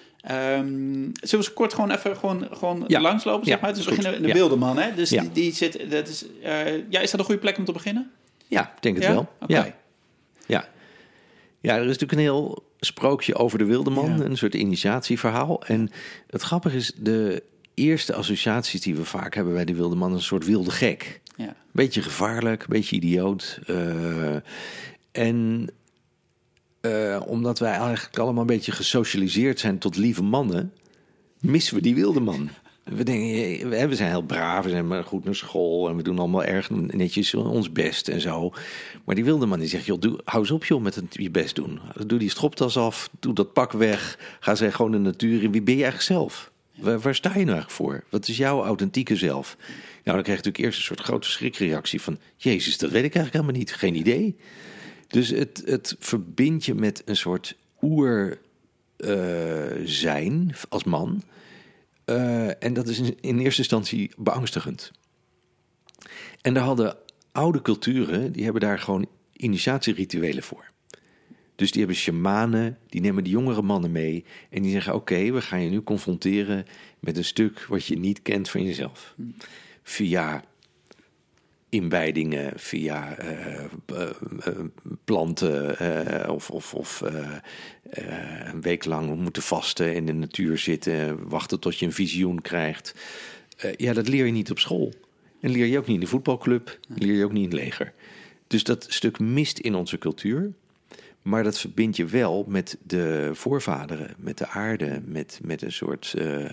Um, zullen we kort gewoon even gewoon, gewoon ja. langslopen? Zeg maar? Ja, dus we beginnen in de ja. wilde man, hè? Dus ja. die, die zit, dat is, uh, ja, is dat een goede plek om te beginnen? Ja, ik denk het ja? wel. Okay. Ja. Ja. ja, er is natuurlijk een heel sprookje over de wilde man, ja. een soort initiatieverhaal. En het grappige is, de eerste associaties die we vaak hebben bij de wilde man, een soort wilde gek. Ja. Beetje gevaarlijk, een beetje idioot. Uh, en uh, omdat wij eigenlijk allemaal een beetje gesocialiseerd zijn tot lieve mannen, missen we die wilde man. We denken, we zijn heel braaf, we zijn maar goed naar school en we doen allemaal erg netjes ons best en zo. Maar die wilde die zegt, joh, doe, hou eens op joh met het, je best doen. Doe die stropdas af, doe dat pak weg, ga zij gewoon de natuur in. Wie ben je eigenlijk zelf? Waar, waar sta je nou eigenlijk voor? Wat is jouw authentieke zelf? Nou, dan krijg je natuurlijk eerst een soort grote schrikreactie van, jezus, dat weet ik eigenlijk helemaal niet, geen idee. Dus het, het verbindt je met een soort oer uh, zijn als man. Uh, en dat is in, in eerste instantie beangstigend. En daar hadden oude culturen, die hebben daar gewoon initiatierituelen voor. Dus die hebben shamanen, die nemen de jongere mannen mee en die zeggen, oké, okay, we gaan je nu confronteren met een stuk wat je niet kent van jezelf. Via inwijdingen, via uh, uh, uh, planten uh, of, of, of uh, uh, een week lang moeten vasten, in de natuur zitten, wachten tot je een visioen krijgt. Uh, ja, dat leer je niet op school. En leer je ook niet in de voetbalclub, leer je ook niet in het leger. Dus dat stuk mist in onze cultuur. Maar dat verbind je wel met de voorvaderen, met de aarde, met, met een soort uh,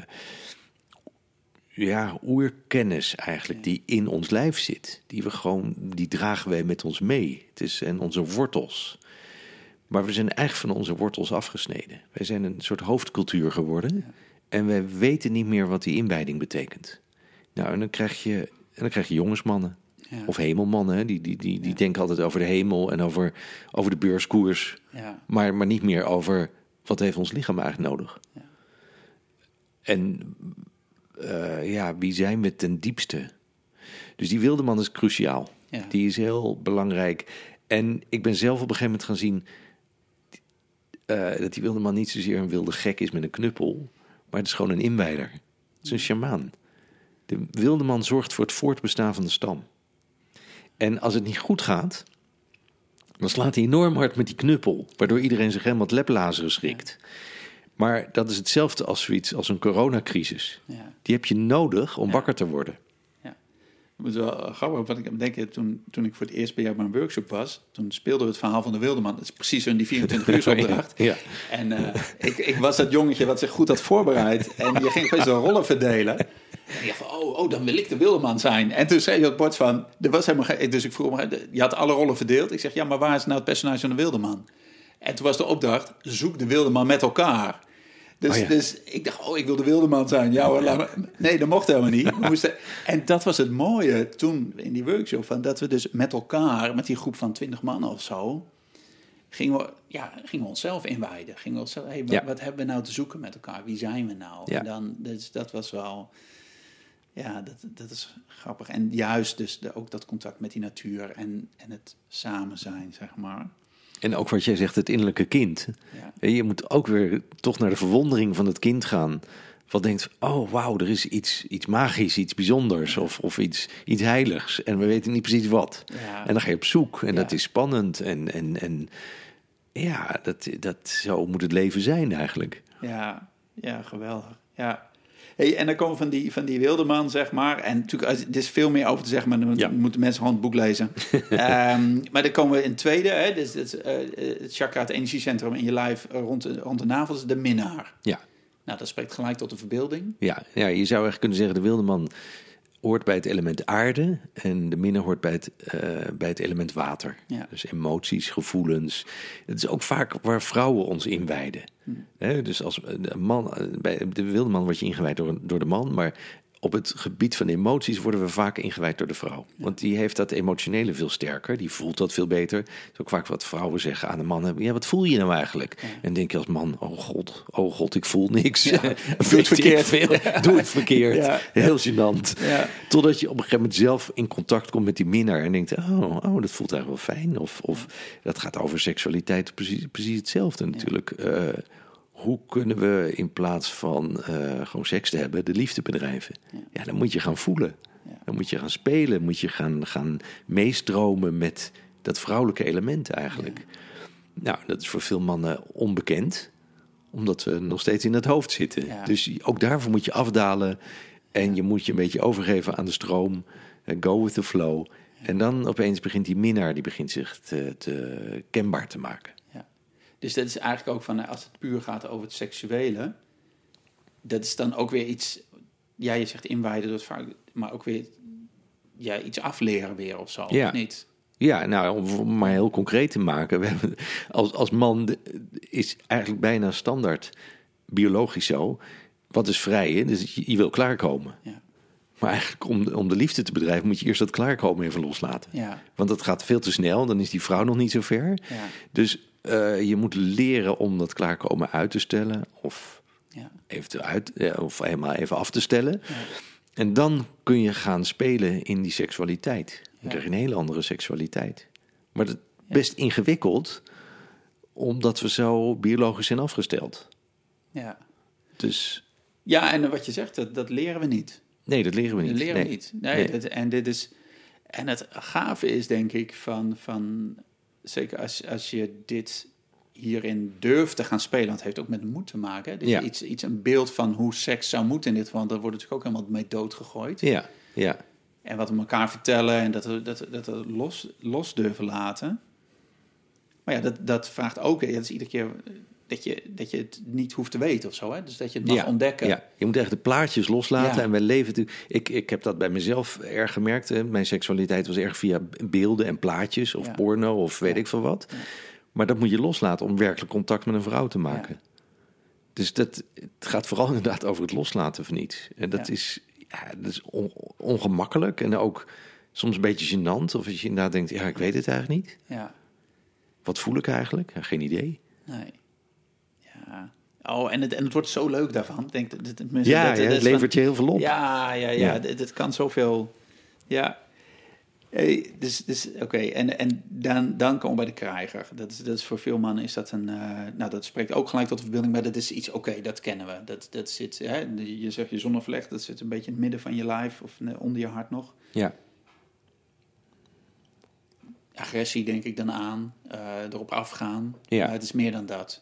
ja, oerkennis eigenlijk die in ons lijf zit. Die we gewoon, die dragen wij met ons mee. Het is en onze wortels. Maar we zijn eigenlijk van onze wortels afgesneden. Wij zijn een soort hoofdcultuur geworden. Ja. En wij weten niet meer wat die inwijding betekent. Nou, en dan krijg je, en dan krijg je jongensmannen. Ja. Of hemelmannen, die, die, die, die ja. denken altijd over de hemel en over, over de beurskoers. Ja. Maar, maar niet meer over wat heeft ons lichaam eigenlijk nodig. Ja. En uh, ja, wie zijn we ten diepste? Dus die wilde man is cruciaal. Ja. Die is heel belangrijk. En ik ben zelf op een gegeven moment gaan zien uh, dat die wilde man niet zozeer een wilde gek is met een knuppel, maar het is gewoon een inwijder. Het is een sjamaan. De wilde man zorgt voor het voortbestaan van de stam. En als het niet goed gaat, dan slaat hij enorm hard met die knuppel, waardoor iedereen zich helemaal het leplazeren schrikt. Ja. Maar dat is hetzelfde als zoiets als een coronacrisis. Ja. Die heb je nodig om ja. wakker te worden. Ja. Het is wel grappig, wat ik heb denken, toen, toen ik voor het eerst bij jou bij een workshop was, toen speelden we het verhaal van de wildeman. Dat is precies in die vierentwintig uur opdracht. Ja. En uh, ik, ik was dat jongetje wat zich goed had voorbereid. En je ging opeens de rollen verdelen. En ik dacht van, oh, oh, dan wil ik de wildeman zijn. En toen zei je op het bord van, er was helemaal geen, dus ik vroeg me, je had alle rollen verdeeld. Ik zeg, ja, maar waar is nou het personage van de wildeman? En toen was de opdracht, zoek de wildeman met elkaar. Dus, oh ja. dus ik dacht, oh, ik wil de wildeman zijn. Ja hoor, laat me, nee, dat mocht helemaal niet. We moesten, en dat was het mooie toen in die workshop, van dat we dus met elkaar, met die groep van twintig mannen of zo, gingen we, ja, gingen we onszelf inwijden. Gingen we onszelf, hey, wat, ja. wat hebben we nou te zoeken met elkaar? Wie zijn we nou? Ja. En dan, dus dat was wel, ja, dat, dat is grappig. En juist dus de, ook dat contact met die natuur en, en het samen zijn, zeg maar. En ook wat jij zegt, het innerlijke kind. Ja. Je moet ook weer toch naar de verwondering van het kind gaan. Wat denkt, oh wauw, er is iets, iets magisch, iets bijzonders ja. of, of iets, iets heiligs. En we weten niet precies wat. Ja. En dan ga je op zoek en ja. dat is spannend. En, en, en ja, dat, dat, zo moet het leven zijn eigenlijk. Ja, ja, geweldig. Ja. Hey, en dan komen we van die, van die wildeman, zeg maar. En natuurlijk, er is veel meer over te zeggen, maar dan ja. moeten mensen gewoon het boek lezen. um, maar dan komen we in het tweede, hè, dus, dus, uh, het chakra, het energiecentrum in je lijf uh, rond, de, rond de navel, is de minnaar. Ja. Nou, dat spreekt gelijk tot de verbeelding. Ja, ja, je zou eigenlijk kunnen zeggen, de wildeman hoort bij het element aarde en de minnaar hoort bij het, uh, bij het element water. Ja. Dus emoties, gevoelens. Het is ook vaak waar vrouwen ons inwijden. Hmm. He, dus als de man, bij de wildeman word je ingewijd door, door de man, maar op het gebied van emoties worden we vaak ingewijd door de vrouw. Ja. Want die heeft dat emotionele veel sterker, die voelt dat veel beter. Het is ook vaak wat vrouwen zeggen aan de mannen, ja, wat voel je nou eigenlijk? Ja. En denk je als man, oh god, oh god, ik voel niks. Ja. Doe het verkeerd. Veel. Ja. Doe het verkeerd. Ja. Heel gênant. Ja. Totdat je op een gegeven moment zelf in contact komt met die minnaar en denkt, oh, oh dat voelt eigenlijk wel fijn. Of, of dat gaat over seksualiteit, precies, precies hetzelfde natuurlijk. Ja. Uh, Hoe kunnen we in plaats van uh, gewoon seks te hebben, de liefde bedrijven? Ja, ja dan moet je gaan voelen. Ja. Dan moet je gaan spelen. Moet je gaan, gaan meestromen met dat vrouwelijke element eigenlijk. Ja. Nou, dat is voor veel mannen onbekend. Omdat we nog steeds in het hoofd zitten. Ja. Dus ook daarvoor moet je afdalen. En ja. je moet je een beetje overgeven aan de stroom. Uh, go with the flow. Ja. En dan opeens begint die minnaar, die begint zich te, te kenbaar te maken. Dus dat is eigenlijk ook van, als het puur gaat over het seksuele, dat is dan ook weer iets ja, je zegt inwijden, dat vaak, maar ook weer ja, iets afleren weer of zo, Ja. of niet? Ja, nou, om maar heel concreet te maken. We hebben, als, als man de- is eigenlijk bijna standaard biologisch zo. Wat is vrij, hè? Dus je, je wil klaarkomen. Ja, Maar eigenlijk om, de- om de liefde te bedrijven moet je eerst dat klaarkomen even loslaten. ja, Want dat gaat veel te snel, dan is die vrouw nog niet zo ver. ja, Dus eh, je moet leren om dat klaarkomen uit te stellen. Of ja, even, te uit, ja, of helemaal even af te stellen. ja. En dan kun je gaan spelen in die seksualiteit. Dan Ja. krijg je een hele andere seksualiteit. Maar dat is best ingewikkeld, omdat we zo biologisch zijn afgesteld. ja. Dus Ja, en wat je zegt, dat, dat leren we niet. nee, dat leren we niet. Dat leren nee. we niet. Nee, Nee. Dat, en dit is... En het gave is, denk ik, van... van zeker als, als je dit hierin durft te gaan spelen... want het heeft ook met moed te maken. Hè? Dus Ja. je iets, iets, een beeld van hoe seks zou moeten in dit geval... daar wordt natuurlijk ook helemaal mee doodgegooid. Ja, ja. En wat we elkaar vertellen en dat we dat, dat we los, los durven laten. Maar ja, dat, dat vraagt ook... Ja, dat is iedere keer dat je, dat je het niet hoeft te weten of zo. Hè? Dus dat je het mag ja, ontdekken. Ja. Je moet echt de plaatjes loslaten. Ja. En wij leven natuurlijk... Ik, ik heb dat bij mezelf erg gemerkt. Hè. Mijn seksualiteit was erg via beelden en plaatjes... of Ja. porno of weet Ja. ik veel wat. Ja. Maar dat moet je loslaten om werkelijk contact met een vrouw te maken. Ja. Dus dat, het gaat vooral inderdaad over het loslaten van iets. En dat Ja. is, ja, dat is on- ongemakkelijk en ook soms een beetje gênant. Of als je inderdaad denkt, ja, ik weet het eigenlijk niet. Ja, Wat voel ik eigenlijk? Ja, geen idee. nee. Ja. Oh, en het, en het wordt zo leuk daarvan. Ik denk, dat, dat, tenminste, Ja, dat, ja, dat het is van- levert je heel veel op. Ja, ja, ja. Ja. Het, het kan zoveel... Ja. Hey, dus, dus oké. En, en dan, dan komen we bij de krijger. Dat is, dat is voor veel mannen is dat een... eh, nou, dat spreekt ook gelijk tot de verbeelding, maar dat is iets... Oké, dat kennen we. Dat, dat zit... Hè, je zegt je zonnevlecht, dat zit een beetje in het midden van je lijf... of eh, onder je hart nog. Ja, Agressie denk ik dan aan. eh, erop afgaan. Ja. Maar het is meer dan dat.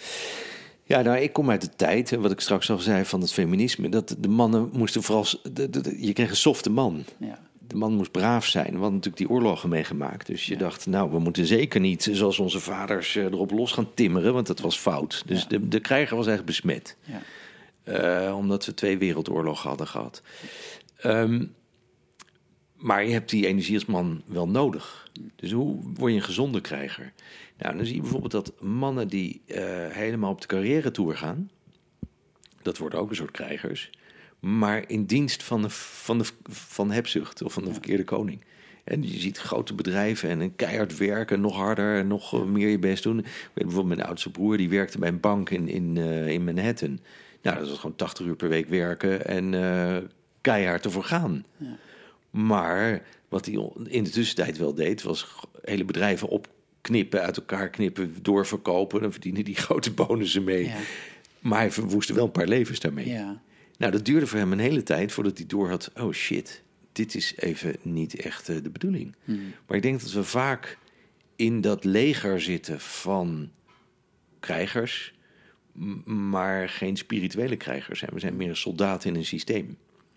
ja nou, ik kom uit de tijd, hè, wat ik straks al zei van het feminisme... dat de mannen moesten vooral... De, de, de- je kreeg een softe man. Ja. De man moest braaf zijn. We hadden natuurlijk die oorlogen meegemaakt. Dus je Ja. dacht, nou, we moeten zeker niet... zoals onze vaders eh, erop los gaan timmeren... want dat was fout. Dus Ja. de, de krijger was eigenlijk besmet. Ja. Eh, omdat we twee wereldoorlogen hadden gehad. Ehm, maar je hebt die energie als man wel nodig. Dus hoe word je een gezonde krijger? Nou, dan zie je bijvoorbeeld dat mannen die eh, helemaal op de carrière tour gaan... dat worden ook een soort krijgers... maar in dienst van de, van de van hebzucht of van de verkeerde koning. En je ziet grote bedrijven en een keihard werken, nog harder en nog eh, meer je best doen. Ik weet bijvoorbeeld mijn oudste broer, die werkte bij een bank in, in, eh, in Manhattan. Nou, dat was gewoon tachtig uur per week werken en eh, keihard ervoor gaan. Ja. Maar wat hij in de tussentijd wel deed, was hele bedrijven opknippen, uit elkaar knippen, doorverkopen. Dan verdienen die grote bonussen mee. Ja. Maar hij verwoestte wel een paar levens daarmee. Ja. Nou, dat duurde voor hem een hele tijd voordat hij door had... oh shit, dit is even niet echt eh, de bedoeling. Hmm. Maar ik denk dat we vaak in dat leger zitten van krijgers... m- maar geen spirituele krijgers zijn. We zijn meer een soldaat in een systeem.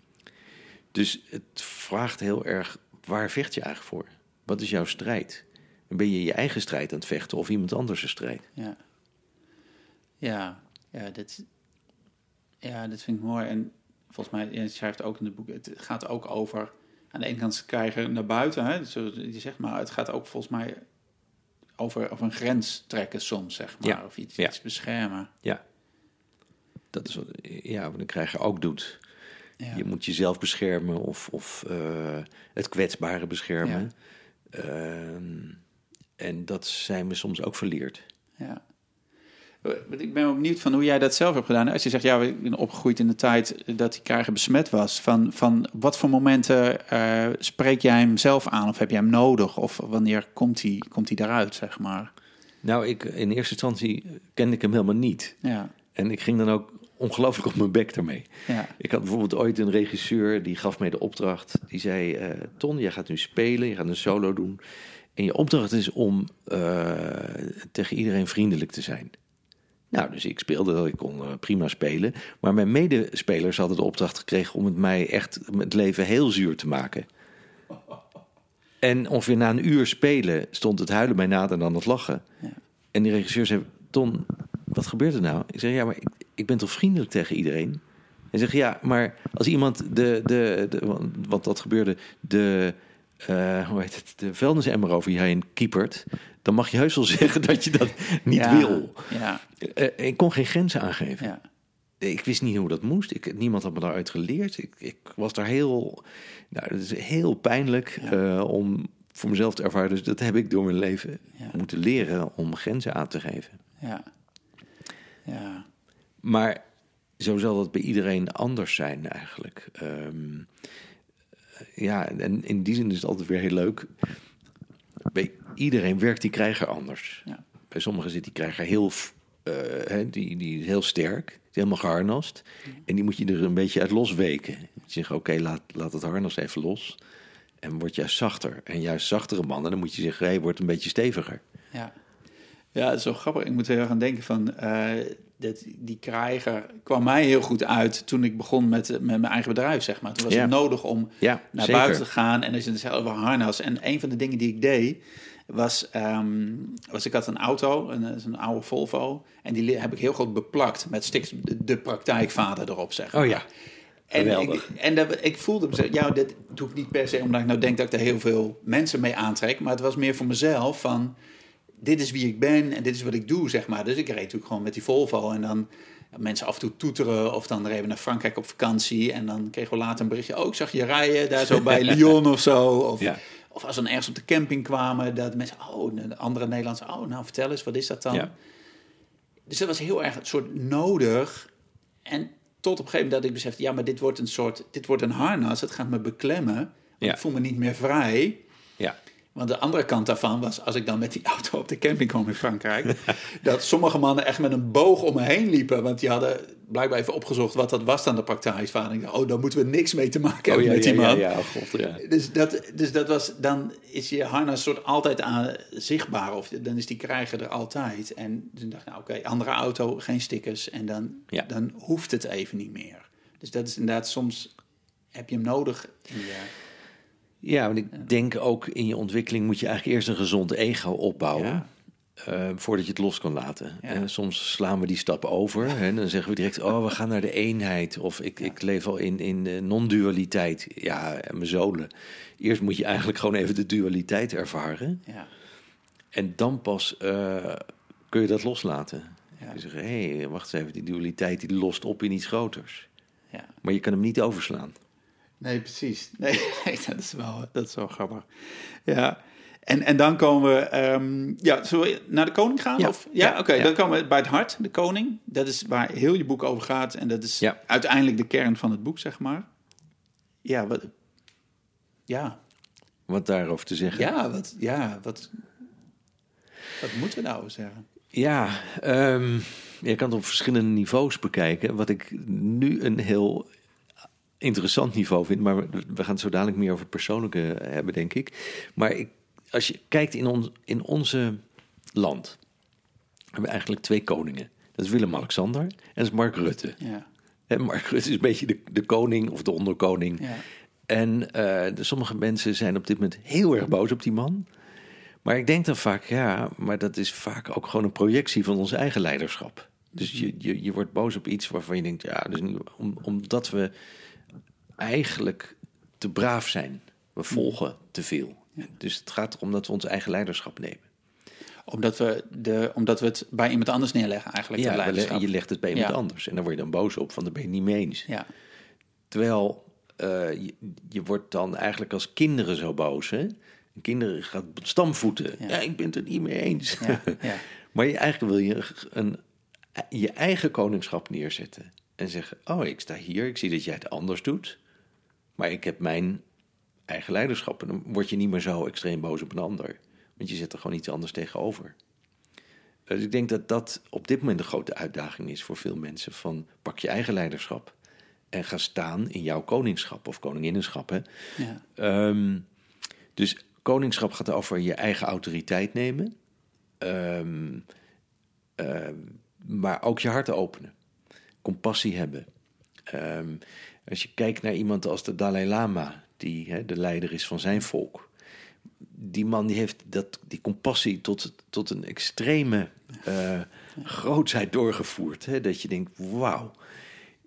Dus het vraagt heel erg, waar vecht je eigenlijk voor? Wat is jouw strijd? En ben je je eigen strijd aan het vechten of iemand anders' strijd? Ja. Ja, ja, dit, ja, dit vind ik mooi. En volgens mij, je schrijft ook in het boek, het gaat ook over, aan de ene kant krijgen naar buiten, hè, zoals je zegt, maar het gaat ook volgens mij over, over een grens trekken soms, zeg maar, Ja, of iets, ja. iets beschermen. Ja, dat is wat, ja, wat een krijger ook doet. Ja. Je moet jezelf beschermen of, of uh, het kwetsbare beschermen. Ja. Uh, en dat zijn we soms ook verleerd. Ja. Ik ben wel benieuwd van hoe jij dat zelf hebt gedaan. Als je zegt, ja, we zijn opgegroeid in de tijd dat die krijger besmet was. Van, van wat voor momenten uh, spreek jij hem zelf aan of heb jij hem nodig? Of wanneer komt hij, komt hij daaruit, zeg maar? Nou, ik, in eerste instantie kende ik hem helemaal niet. Ja. En ik ging dan ook ongelooflijk op mijn bek daarmee. Ja. Ik had bijvoorbeeld ooit een regisseur, die gaf mij de opdracht. Die zei, uh, Ton, jij gaat nu spelen, je gaat een solo doen. En je opdracht is om uh, tegen iedereen vriendelijk te zijn. Nou, dus ik speelde dat, ik kon uh, prima spelen. Maar mijn medespelers hadden de opdracht gekregen om het mij echt het leven heel zuur te maken. En ongeveer na een uur spelen stond het huilen mij na en dan het lachen. Ja. En die regisseur zei, Ton, wat gebeurt er nou? Ik zei, ja, maar ik, ik ben toch vriendelijk tegen iedereen? En zeg ja, maar als iemand de, de, de want dat gebeurde, de, uh, hoe heet het, de vuilnisemmer over je heen kiepert, dan mag je heus wel zeggen dat je dat niet ja, wil. Ja. Uh, ik kon geen grenzen aangeven. Ja. Ik wist niet hoe dat moest. Ik, niemand had me daaruit geleerd. Ik, ik was daar heel, nou, het is heel pijnlijk ja. uh, om voor mezelf te ervaren. Dus dat heb ik door mijn leven ja. moeten leren om grenzen aan te geven. Ja. Ja. Maar zo zal dat bij iedereen anders zijn eigenlijk. Um, ja, en in die zin is het altijd weer heel leuk. Bij iedereen werkt die krijger anders. Ja. Bij sommigen zit die krijger heel, uh, he, die, die is heel sterk, die is helemaal geharnast. Ja. En die moet je er een beetje uit losweken. Je zegt, oké, okay, laat, laat het harnas even los. En word juist zachter. En juist zachtere mannen, dan moet je zeggen, hey, word een beetje steviger. Ja. Ja, het is zo grappig. Ik moet er heel gaan denken van... Uh, dat, die krijger kwam mij heel goed uit toen ik begon met, met mijn eigen bedrijf, zeg maar. Toen was ja. het nodig om ja, naar zeker. buiten te gaan. En als je het over harnas. En een van de dingen die ik deed, was... Um, was ik had een auto, een, een oude Volvo. En die heb ik heel goed beplakt met stiks de, de praktijkvader erop, zeg maar. Oh ja. En, ik, en dat, ik voelde me, ja, dit doe ik niet per se omdat ik nou denk dat ik er heel veel mensen mee aantrek. Maar het was meer voor mezelf van... dit is wie ik ben en dit is wat ik doe, zeg maar. Dus ik reed natuurlijk gewoon met die Volvo en dan mensen af en toe toeteren of dan reden we naar Frankrijk op vakantie en dan kregen we later een berichtje, oh, ik zag je rijden daar zo bij Lyon of zo. Of, ja. of als we dan ergens op de camping kwamen, dat mensen, oh, de andere Nederlandse, oh, nou vertel eens, wat is dat dan? Ja. Dus dat was heel erg een soort nodig. En tot op een gegeven moment dat ik besefte, ja, maar dit wordt een soort, dit wordt een harnas, het gaat me beklemmen, want ja. ik voel me niet meer vrij. Ja. Want de andere kant daarvan was, als ik dan met die auto op de camping kwam in Frankrijk, dat sommige mannen echt met een boog om me heen liepen. Want die hadden blijkbaar even opgezocht wat dat was aan de praktijksvader. Ik dacht, oh, daar moeten we niks mee te maken hebben oh, ja, met die ja, man. Ja, ja, God, ja. Dus, dat, dus dat was, dan is je harnas soort altijd aan, zichtbaar. Of dan is die krijger er altijd. En toen dacht ik, nou oké, okay, andere auto, geen stickers. En dan, ja. dan hoeft het even niet meer. Dus dat is inderdaad, soms heb je hem nodig in je... Ja, want ik ja. denk ook in je ontwikkeling moet je eigenlijk eerst een gezond ego opbouwen. Ja. Uh, voordat je het los kan laten. Ja. En soms slaan we die stap over. Ja. En dan zeggen we direct, oh, we gaan naar de eenheid. Of ik, ja. ik leef al in, in uh, non-dualiteit. Ja, en mijn zolen. Eerst moet je eigenlijk gewoon even de dualiteit ervaren. Ja. En dan pas uh, kun je dat loslaten. Ja. Je zegt, hé, hey, wacht eens even, die dualiteit die lost op in iets groters. Ja. Maar je kan hem niet overslaan. Nee, precies. Nee, nee, dat is wel, dat is wel grappig. Ja. En, en dan komen we... Um, ja, zullen we naar de koning gaan? Ja, Of? ja, ja oké. Okay, ja. Dan komen we bij het hart, de koning. Dat is waar heel je boek over gaat. En dat is ja. uiteindelijk de kern van het boek, zeg maar. Ja, wat... Ja. Wat daarover te zeggen? Ja, wat... Ja, wat, wat moeten we nou zeggen? Ja, um, je kan het op verschillende niveaus bekijken. Wat ik nu een heel... interessant niveau vind, maar we gaan het zo dadelijk meer over het persoonlijke hebben, denk ik. Maar ik, als je kijkt in, ons, in onze land, hebben we eigenlijk twee koningen. Dat is Willem-Alexander en dat is Mark Rutte. Ja. En Mark Rutte is een beetje de, de koning of de onderkoning. Ja. En uh, de, sommige mensen zijn op dit moment heel erg boos op die man. Maar ik denk dan vaak, ja, maar dat is vaak ook gewoon een projectie van ons eigen leiderschap. Dus je, je, je wordt boos op iets waarvan je denkt, ja, dus niet, om, omdat we eigenlijk te braaf zijn. We volgen te veel. Ja. Dus het gaat erom dat we ons eigen leiderschap nemen. Omdat we, de, omdat we het bij iemand anders neerleggen eigenlijk. Ja, leiderschap. je legt het bij iemand ja. anders. En dan word je dan boos op, van daar ben je het niet mee eens. Ja. Terwijl uh, je, je wordt dan eigenlijk als kinderen zo boos. Hè? Kinderen gaan stamvoeten. Ja. ja, ik ben het er niet mee eens. Ja. Ja. Maar je, eigenlijk wil je een, je eigen koningschap neerzetten. En zeggen, oh, ik sta hier, ik zie dat jij het anders doet. Maar ik heb mijn eigen leiderschap. En dan word je niet meer zo extreem boos op een ander. Want je zet er gewoon iets anders tegenover. Dus ik denk dat dat op dit moment een grote uitdaging is voor veel mensen. Van pak je eigen leiderschap. En ga staan in jouw koningschap of koninginnenschap. Hè? Ja. Um, dus koningschap gaat over je eigen autoriteit nemen. Um, um, maar ook je hart openen. Compassie hebben. Um, als je kijkt naar iemand als de Dalai Lama, die hè, de leider is van zijn volk. Die man die heeft dat, die compassie tot, tot een extreme uh, grootsheid doorgevoerd. Hè, dat je denkt, wauw.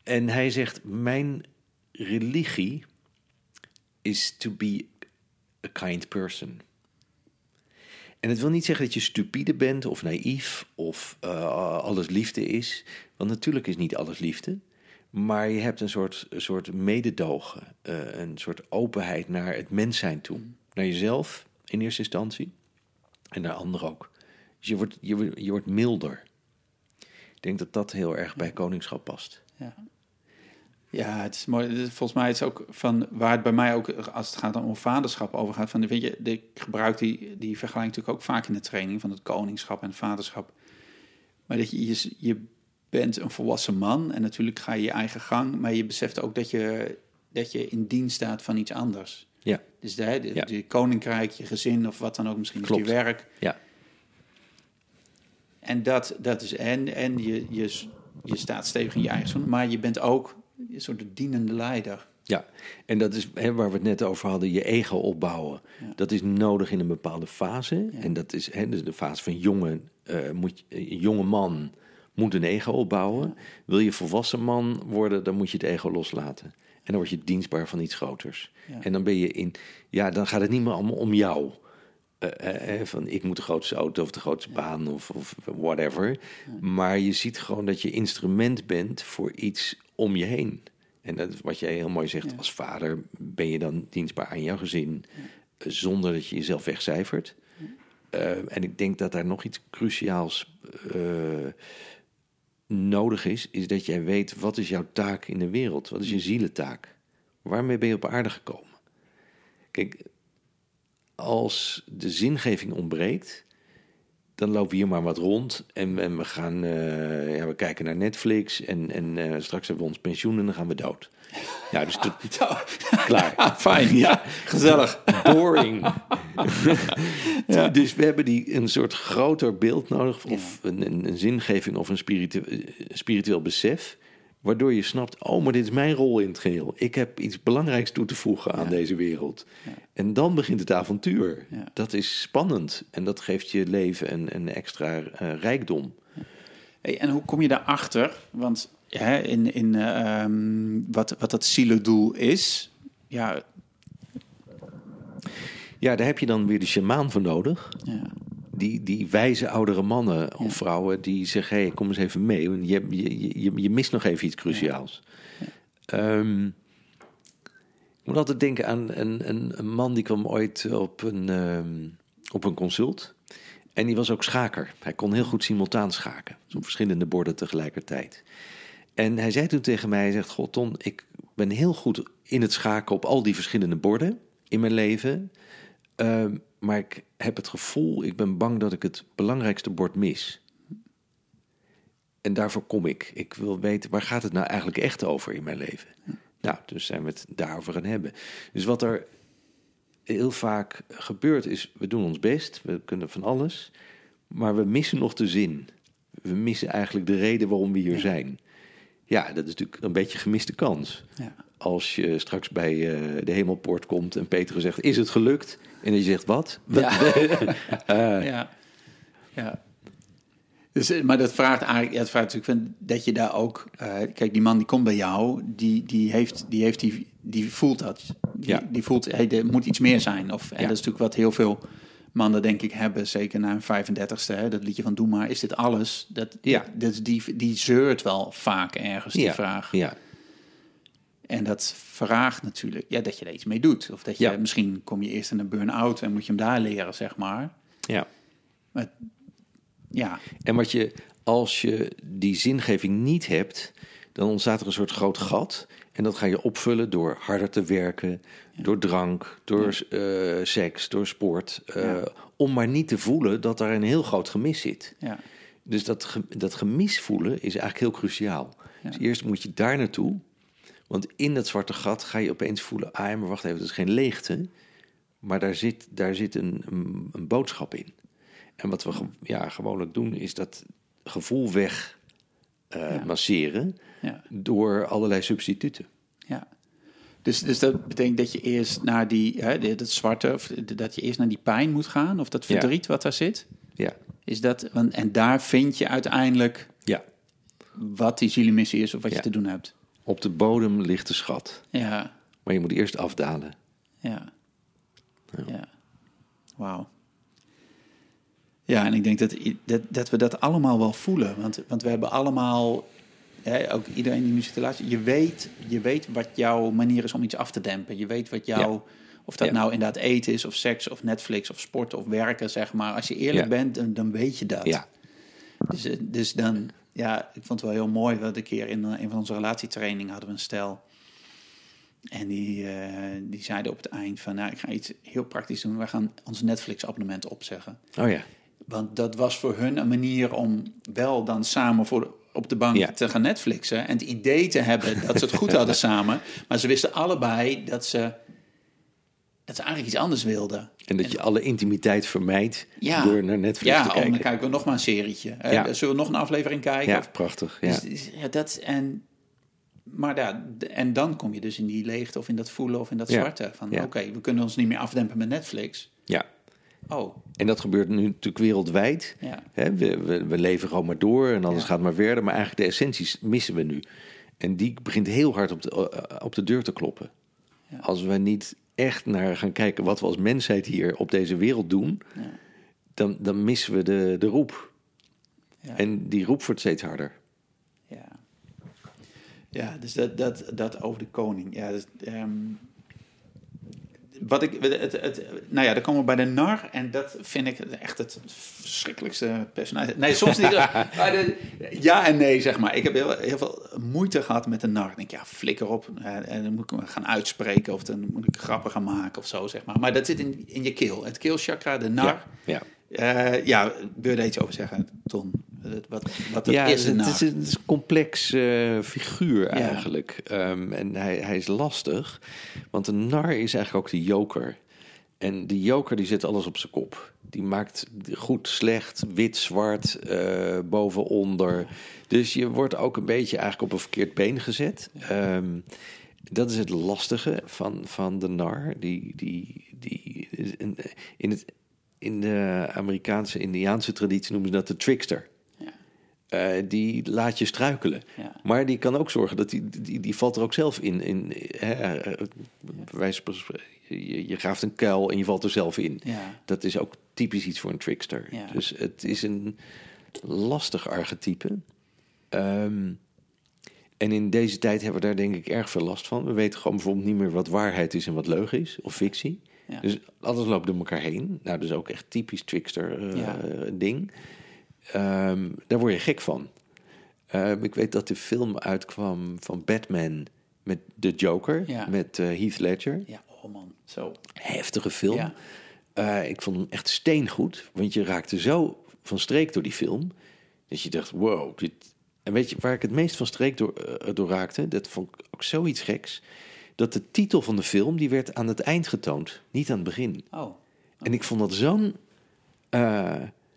en hij zegt, mijn religie is to be a kind person. En het wil niet zeggen dat je stupide bent of naïef of uh, alles liefde is. Want natuurlijk is niet alles liefde. Maar je hebt een soort, een soort mededogen, uh, een soort openheid naar het mens zijn toe. Naar jezelf in eerste instantie en naar anderen ook. Dus je wordt, je, je wordt milder. Ik denk dat dat heel erg bij koningschap past. Ja. Ja, het is mooi. Volgens mij is het ook van waar het bij mij ook, als het gaat om vaderschap over gaat, van weet je, ik gebruik die, die vergelijking natuurlijk ook vaak in de training van het koningschap en het vaderschap. Maar dat je, je, je bent een volwassen man en natuurlijk ga je je eigen gang, maar je beseft ook dat je, dat je in dienst staat van iets anders. Ja. Dus de, de, ja. de koninkrijk, je gezin of wat dan ook, misschien is je werk. Ja. En dat, dat is en, en je, je, je staat stevig in je eigen schoenen, maar je bent ook een soort dienende leider. Ja, en dat is hè, waar we het net over hadden, je ego opbouwen. Ja. Dat is nodig in een bepaalde fase. Ja. En dat is hè, dus de fase van jonge, uh, moet, een jonge man moet een ego opbouwen. Ja. Wil je volwassen man worden, dan moet je het ego loslaten. En dan word je dienstbaar van iets groters. Ja. En dan ben je in, ja, dan gaat het niet meer allemaal om jou. Uh, uh, van ik moet de grootste auto of de grootste baan of, of whatever. Ja. Maar je ziet gewoon dat je instrument bent voor iets om je heen. En dat is wat jij heel mooi zegt, ja. Als vader ben je dan dienstbaar aan jouw gezin, ja. uh, zonder dat je jezelf wegcijfert. Ja. Uh, en ik denk dat daar nog iets cruciaals uh, nodig is, is dat jij weet, wat is jouw taak in de wereld? Wat is je zielentaak? Waarmee ben je op aarde gekomen? Kijk, als de zingeving ontbreekt, dan lopen we hier maar wat rond en, en we gaan, uh, ja, we kijken naar Netflix en, en uh, straks hebben we ons pensioen en dan gaan we dood. Ja, dus to- klaar. Ja, fijn, ja, gezellig. Boring. Ja. Dus we hebben die een soort groter beeld nodig, of ja. een, een, een zingeving of een spiritu- spiritueel besef, waardoor je snapt, oh, maar dit is mijn rol in het geheel. Ik heb iets belangrijks toe te voegen aan ja. deze wereld. Ja. En dan begint het avontuur. Ja. Dat is spannend en dat geeft je leven een, een extra uh, rijkdom. Ja. Hey, en hoe kom je daarachter? Want hè, in, in uh, um, wat, wat dat zielendoel is, ja... Ja, daar heb je dan weer de sjamaan voor nodig. Ja. Die, die wijze oudere mannen of ja. vrouwen die zeggen, hé, hey, kom eens even mee. Want je, je, je, je mist nog even iets cruciaals. Ja. Ja. Um, ik moet altijd denken aan een, een, een man die kwam ooit op een, um, op een consult. En die was ook schaker. Hij kon heel goed simultaan schaken. Dus op verschillende borden tegelijkertijd. En hij zei toen tegen mij, hij zegt, goh Ton, ik ben heel goed in het schaken op al die verschillende borden in mijn leven. Um, maar ik heb het gevoel, ik ben bang dat ik het belangrijkste bord mis. En daarvoor kom ik. Ik wil weten, waar gaat het nou eigenlijk echt over in mijn leven? Ja. Nou, dus zijn we het daarover gaan hebben. Dus wat er heel vaak gebeurt is, we doen ons best, we kunnen van alles, maar we missen nog de zin. We missen eigenlijk de reden waarom we hier ja. zijn. Ja, dat is natuurlijk een beetje gemiste kans. Ja. Als je straks bij uh, de hemelpoort komt en Petrus zegt, is het gelukt? En je zegt, wat? Ja. uh. ja. ja. Dus, maar dat vraagt eigenlijk, ja, dat vraagt natuurlijk van, dat je daar ook... Uh, kijk, die man die komt bij jou, die, die, heeft, die, heeft die, die voelt dat. Die, ja. die voelt, hey, er moet iets meer zijn. Of, en ja. dat is natuurlijk wat heel veel mannen, denk ik, hebben. Zeker na hun vijfendertigste, hè, dat liedje van Doe maar, is dit alles? Dat, ja. dat, die, die zeurt wel vaak ergens, die ja. vraag. Ja. En dat vraagt natuurlijk ja, dat je er iets mee doet. Of dat je, ja. misschien kom je eerst in een burn-out en moet je hem daar leren, zeg maar. Ja. Maar, ja. En wat je, als je die zingeving niet hebt, dan ontstaat er een soort groot gat. En dat ga je opvullen door harder te werken, ja. door drank, door ja. uh, seks, door sport. Uh, ja. Om maar niet te voelen dat daar een heel groot gemis zit. Ja. Dus dat, ge, dat gemis voelen is eigenlijk heel cruciaal. Ja. Dus eerst moet je daar naartoe. Want in dat zwarte gat ga je opeens voelen, ah, maar wacht even, dat is geen leegte. Maar daar zit, daar zit een, een, een boodschap in. En wat we ja, gewoonlijk doen, is dat gevoel weg uh, ja. masseren ja. door allerlei substituten. Ja. Dus, dus dat betekent dat je eerst naar die, hè, dat zwarte, of dat je eerst naar die pijn moet gaan, of dat verdriet ja. wat daar zit. Ja. Is dat, en daar vind je uiteindelijk ja. wat die zielemissie is of wat ja. je te doen hebt. op de bodem ligt de schat. Ja. Maar je moet eerst afdalen. Ja. Ja. Ja. Wauw. Ja, en ik denk dat, dat, dat we dat allemaal wel voelen. Want, want we hebben allemaal, hè, ook iedereen die nu zit te luisteren, je weet, je weet wat jouw manier is om iets af te dempen. Je weet wat jouw, Ja. of dat Ja. nou inderdaad eten is, of seks, of Netflix, of sport, of werken, zeg maar. Als je eerlijk Ja. bent, dan, dan weet je dat. Ja. Dus, eh, dus dan, ja, ik vond het wel heel mooi. We hadden een keer in eh, een van onze relatietrainingen hadden we een stel. En die, uh, die zeiden op het eind van, nou, ik ga iets heel praktisch doen. We gaan ons Netflix-abonnement opzeggen. Oh ja. Want dat was voor hun een manier om wel dan samen voor, op de bank Ja. te gaan Netflixen. En het idee te hebben dat ze het goed hadden samen. Maar ze wisten allebei dat ze, dat ze eigenlijk iets anders wilden. En dat je alle intimiteit vermijdt Ja. door naar Netflix Ja, te oh, kijken. dan kijken we nog maar een serietje. Uh, Ja. Zullen we nog een aflevering kijken? Ja, Of, prachtig. Ja. dus, dus, ja, dat, en, maar ja, d- en dan kom je dus in die leegte of in dat voelen of in dat Ja. zwarte. Van Ja. oké, we kunnen ons niet meer afdempen met Netflix. ja. Oh, En dat gebeurt nu natuurlijk wereldwijd. ja. Hè, we, we, we leven gewoon maar door en alles Ja. gaat maar verder. Maar eigenlijk de essenties missen we nu. En die begint heel hard op de, uh, op de deur te kloppen. Ja. Als we niet echt naar gaan kijken wat we als mensheid hier op deze wereld doen, Ja. dan, dan missen we de, de roep. Ja. En die roep wordt steeds harder. Ja, ja, dus dat, dat, dat over de koning. Ja, dus, ehm, wat ik, het, het, nou ja, dan komen we bij de nar. En dat vind ik echt het verschrikkelijkste personage. Nee, soms niet. Maar de, ja en nee, zeg maar. Ik heb heel, heel veel moeite gehad met de nar. Ik denk, ja, flikker op. Uh, en dan moet ik me gaan uitspreken. Of dan moet ik grappen gaan maken of zo, zeg maar. Maar dat zit in, in je keel. Het keelchakra, de nar. Ja, ja. Uh, ja, wil je er iets over zeggen, Ton? Wat, wat het ja, is een het nar? is, een, het is een complex uh, figuur Ja. eigenlijk. Um, en hij, hij is lastig. Want een nar is eigenlijk ook de joker. En die joker die zet alles op zijn kop. Die maakt goed, slecht, wit, zwart, uh, boven, onder. Dus je wordt ook een beetje eigenlijk op een verkeerd been gezet. Um, dat is het lastige van, van de nar. Die, die, die, in, in, het, in de Amerikaanse, Indiaanse traditie noemen ze dat de trickster. Uh, die laat je struikelen. Ja. Maar die kan ook zorgen dat die, die, die valt er ook zelf in. in hè, wij, je, je graaft een kuil en je valt er zelf in. Ja. Dat is ook typisch iets voor een trickster. Ja. Dus het is een lastig archetype. Um, en in deze tijd hebben we daar denk ik erg veel last van. We weten gewoon bijvoorbeeld niet meer wat waarheid is en wat leugen is. Of fictie. Ja. Dus alles loopt door elkaar heen. Nou, dat is ook echt typisch trickster uh, Ja. ding. Um, daar word je gek van. Um, ik weet dat de film uitkwam van Batman met The Joker, Ja. met uh, Heath Ledger. Ja, oh man, zo. Heftige film. Ja. Uh, ik vond hem echt steengoed, want je raakte zo van streek door die film, dat je dacht, wow. Dit... En weet je waar ik het meest van streek door, uh, door raakte? Dat vond ik ook zoiets geks. Dat de titel van de film, die werd aan het eind getoond, niet aan het begin. Oh. Oh. En ik vond dat zo'n... Uh,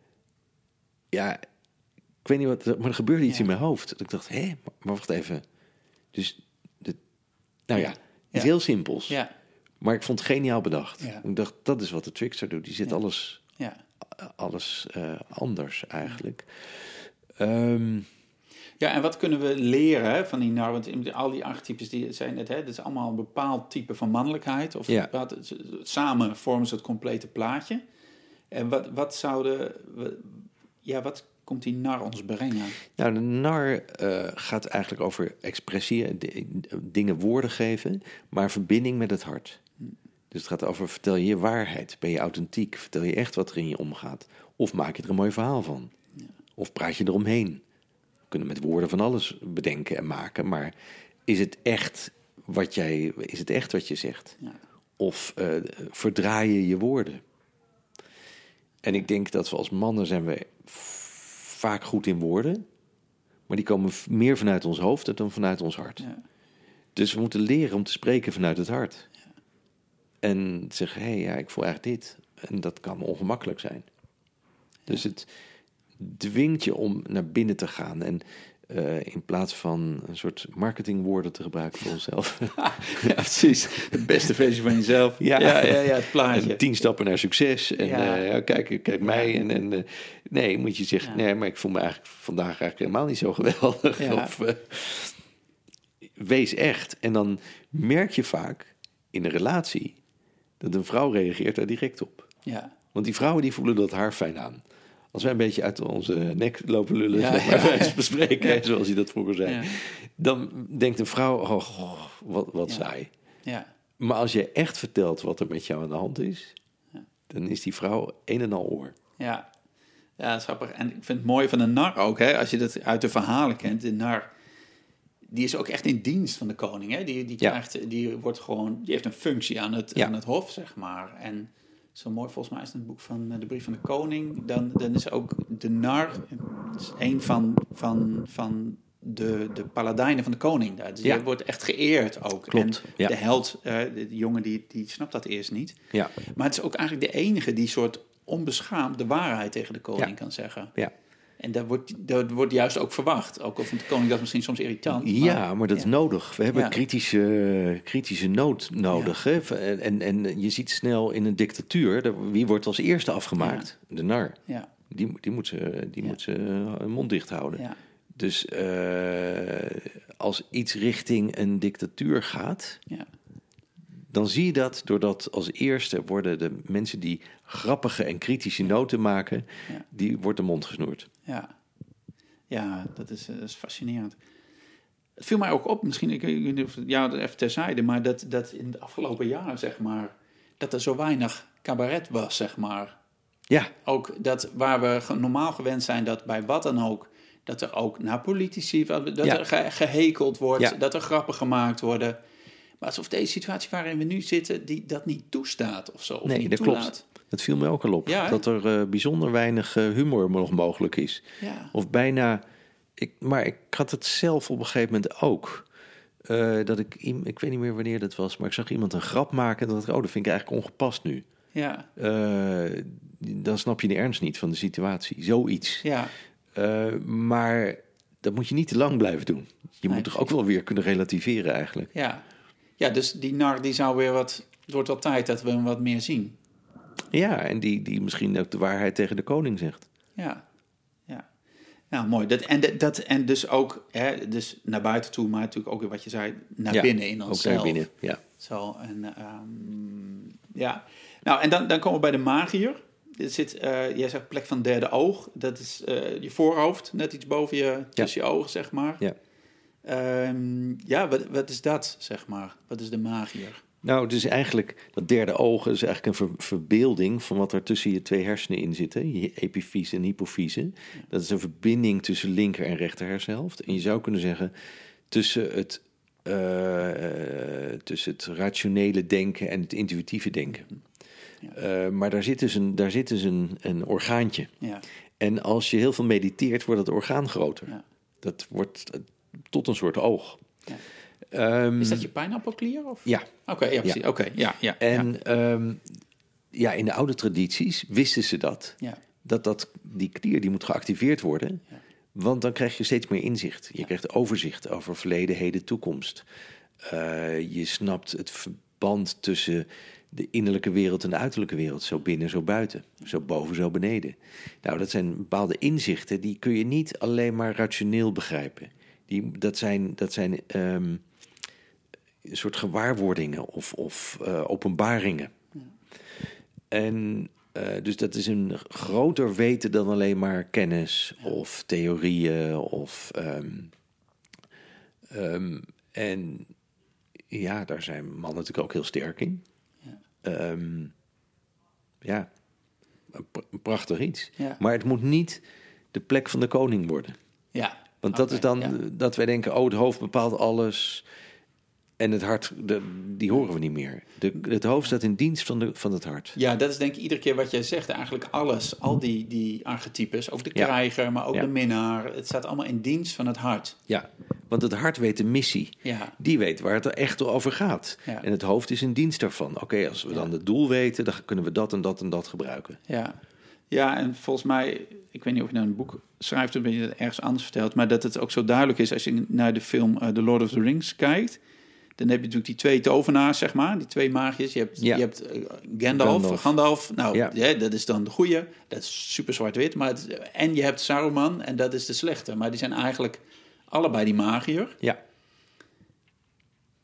Ja, ik weet niet wat, maar er gebeurde iets Ja. in mijn hoofd. Dat ik dacht, hé, maar, maar wacht even. Dus, de, nou ja, iets Ja. heel simpels. Ja, Maar ik vond het geniaal bedacht. Ja. Ik dacht, dat is wat de trickster doet. Die zet Ja. alles, ja. alles uh, anders eigenlijk. Um, Ja, en wat kunnen we leren hè, van die nar? Want al die archetypes die zijn net, hè, dat is allemaal een bepaald type van mannelijkheid. Of Ja. bepaald, samen vormen ze het complete plaatje. En wat, wat zouden we, ja, wat komt die nar ons brengen? Nou, de nar uh, gaat eigenlijk over expressie, d- dingen woorden geven, maar verbinding met het hart. Dus het gaat over, vertel je je waarheid? Ben je authentiek? Vertel je echt wat er in je omgaat? Of maak je er een mooi verhaal van? Ja. Of praat je eromheen? We kunnen met woorden van alles bedenken en maken, maar is het echt wat jij, is het echt wat je zegt? Ja. Of uh, verdraai je je woorden? En ik denk dat we als mannen zijn we vaak goed in woorden, maar die komen meer vanuit ons hoofd dan vanuit ons hart. Ja. Dus we moeten leren om te spreken vanuit het hart. Ja. En zeggen, hé, hey, ja, ik voel eigenlijk dit. En dat kan ongemakkelijk zijn. Ja. Dus het dwingt je om naar binnen te gaan. En uh, in plaats van een soort marketingwoorden te gebruiken voor onszelf. Ja, precies. De beste versie van jezelf. Ja, ja, ja, ja het plaatje. En tien stappen naar succes. En Ja. uh, kijk, kijk mij. En, en, uh, nee, moet je zeggen, ja. nee, maar ik voel me eigenlijk vandaag eigenlijk helemaal niet zo geweldig. Ja. Of, uh, wees echt. En dan merk je vaak in een relatie dat een vrouw reageert daar direct op. Ja. Want die vrouwen die voelen dat haar fijn aan. Als wij een beetje uit onze nek lopen lullen, Ja, zeg maar, ja, eens ja. bespreken, Ja. zoals je dat vroeger zei. Ja. Dan denkt een vrouw, oh, goh, wat, wat Ja. saai. Ja. Maar als je echt vertelt wat er met jou aan de hand is, Ja. dan is die vrouw een en al oor. Ja. Ja, dat is grappig. En ik vind het mooi van de nar ook, hè, als je dat uit de verhalen kent. De nar, die is ook echt in dienst van de koning. Hè? Die, die, Ja. krijgt, die, wordt gewoon, die heeft een functie aan het, Ja. aan het hof, zeg maar. En zo mooi, volgens mij is het het boek van eh, de brief van de koning. Dan, dan is ook de nar is een van, van, van de, de paladijnen van de koning. Dus die Ja. wordt echt geëerd ook. Klopt, En ja. de held, eh, de jongen, die, die snapt dat eerst niet. Ja, Maar het is ook eigenlijk de enige die soort onbeschaamd de waarheid tegen de koning Ja. kan zeggen. ja. En dat wordt, dat wordt juist ook verwacht. Ook al vindt de koning dat misschien soms irritant. Ja, maar dat is ja. nodig. We hebben Ja. kritische, kritische nood nodig. Hè? En, en je ziet snel in een dictatuur, de- wie wordt als eerste afgemaakt? De nar. Ja, Die, die moet ze, die Ja. moet ze hun mond dicht houden. ja, Dus eh, als iets richting een dictatuur gaat, ja, dan zie je dat doordat als eerste worden de mensen die grappige en kritische noten maken, Ja. die wordt de mond gesnoerd. ja. Ja, dat is, eh, dat is fascinerend. Het viel mij ook op, misschien, ik weet niet of ja, even terzijde, maar dat, dat in de afgelopen jaren, zeg maar, dat er zo weinig cabaret was, zeg maar. Ja, Ook dat waar we ge- normaal gewend zijn dat bij wat dan ook, dat er ook naar politici, dat Ja. er ge- gehekeld wordt, Ja. dat er grappen gemaakt worden. Maar alsof deze situatie waarin we nu zitten, die dat niet toestaat of zo. Of nee, niet dat toelaat. klopt. Dat viel me ook al op. Ja, hè? dat er eh, bijzonder weinig eh, humor nog mogelijk is. Ja. Of bijna... Ik, maar ik had het zelf op een gegeven moment ook. Eh, dat ik, iem- ik weet niet meer wanneer dat was, maar ik zag iemand een grap maken. En dat ik, oh, dat vind ik eigenlijk ongepast nu. Ja, Eh, dan snap je de ernst niet van de situatie. Zoiets. ja, Eh, maar dat moet je niet te lang blijven doen. Je Nee, moet toch ook wel weer kunnen relativeren eigenlijk. ja. Ja, dus die nar die zou weer wat... Het wordt wel tijd dat we hem wat meer zien. Ja, en die, die misschien ook de waarheid tegen de koning zegt. Ja, ja. Nou, mooi. Dat, en, dat- dat, en dus ook, hè, dus naar buiten toe, maar natuurlijk ook weer wat je zei, naar Ja, binnen in ook onszelf. naar binnen, ja. Zo, en ehm, ja. Nou, en dan, dan komen we bij de magier. Dit zit, eh, jij zegt plek van derde oog. Dat is eh, je voorhoofd, net iets boven je, tussen je ogen, zeg maar. Ja. Ehm, ja, wat, wat is dat, zeg maar? Wat is de magier? Nou, dus eigenlijk, dat derde oog is eigenlijk een ver- verbeelding van wat er tussen je twee hersenen in zitten. Je epifyse en hypofyse. Dat is een verbinding tussen linker en rechter hersenhelft. En je zou kunnen zeggen, tussen het, eh, eh, tussen het rationele denken en het intuïtieve denken. Ja. Eh, maar daar zit dus, een, daar zit dus een, een orgaantje. Ja, En als je heel veel mediteert, wordt dat orgaan groter. ja. Dat wordt eh, tot een soort oog. Ja. Ehm, Is dat je pijnappelklier? Of? Ja. Oké, ja, precies. Oké, ja, ja. En ja. ehm, ja, in de oude tradities wisten ze dat. Ja. Dat, dat die klier die moet geactiveerd worden. Ja. Want dan krijg je steeds meer inzicht. Je krijgt overzicht over verleden, heden, toekomst. Uh, je snapt het verband tussen de innerlijke wereld en de uiterlijke wereld. Zo binnen, zo buiten. Zo boven, zo beneden. Nou, dat zijn bepaalde inzichten. Die kun je niet alleen maar rationeel begrijpen. Die, dat zijn, dat zijn um, een soort gewaarwordingen of, of uh, openbaringen. Ja. En uh, dus dat is een groter weten dan alleen maar kennis ja. of theorieën. Of, um, um, en ja, daar zijn mannen natuurlijk ook heel sterk in. Ja, um, ja een, pr- een prachtig iets. Ja. Maar het moet niet de plek van de koning worden. Ja. Want dat okay, is dan ja. dat wij denken, oh, het hoofd bepaalt alles. En het hart, de, die horen we niet meer. De, het hoofd staat in dienst van, de, van het hart. Ja, dat is denk ik iedere keer wat jij zegt. Eigenlijk alles, al die, die archetypes. Ook de ja. krijger, maar ook ja. de minnaar. Het staat allemaal in dienst van het hart. Ja, want het hart weet de missie. Ja. Die weet waar het er echt over gaat. Ja. En het hoofd is in dienst daarvan. Oké, okay, als we ja. dan het doel weten, dan kunnen we dat en dat en dat gebruiken. Ja. Ja, en volgens mij, ik weet niet of je nou een boek schrijft of ben je het ergens anders vertelt, maar dat het ook zo duidelijk is als je naar de film uh, The Lord of the Rings kijkt. Dan heb je natuurlijk die twee tovenaars, zeg maar, die twee magiërs. Je hebt, ja. je hebt uh, Gandalf, Gandalf, Gandalf. Nou, ja. ja, dat is dan de goeie. Dat is super zwart-wit. Maar het, en je hebt Saruman en dat is de slechte. Maar die zijn eigenlijk allebei die magiër. Ja.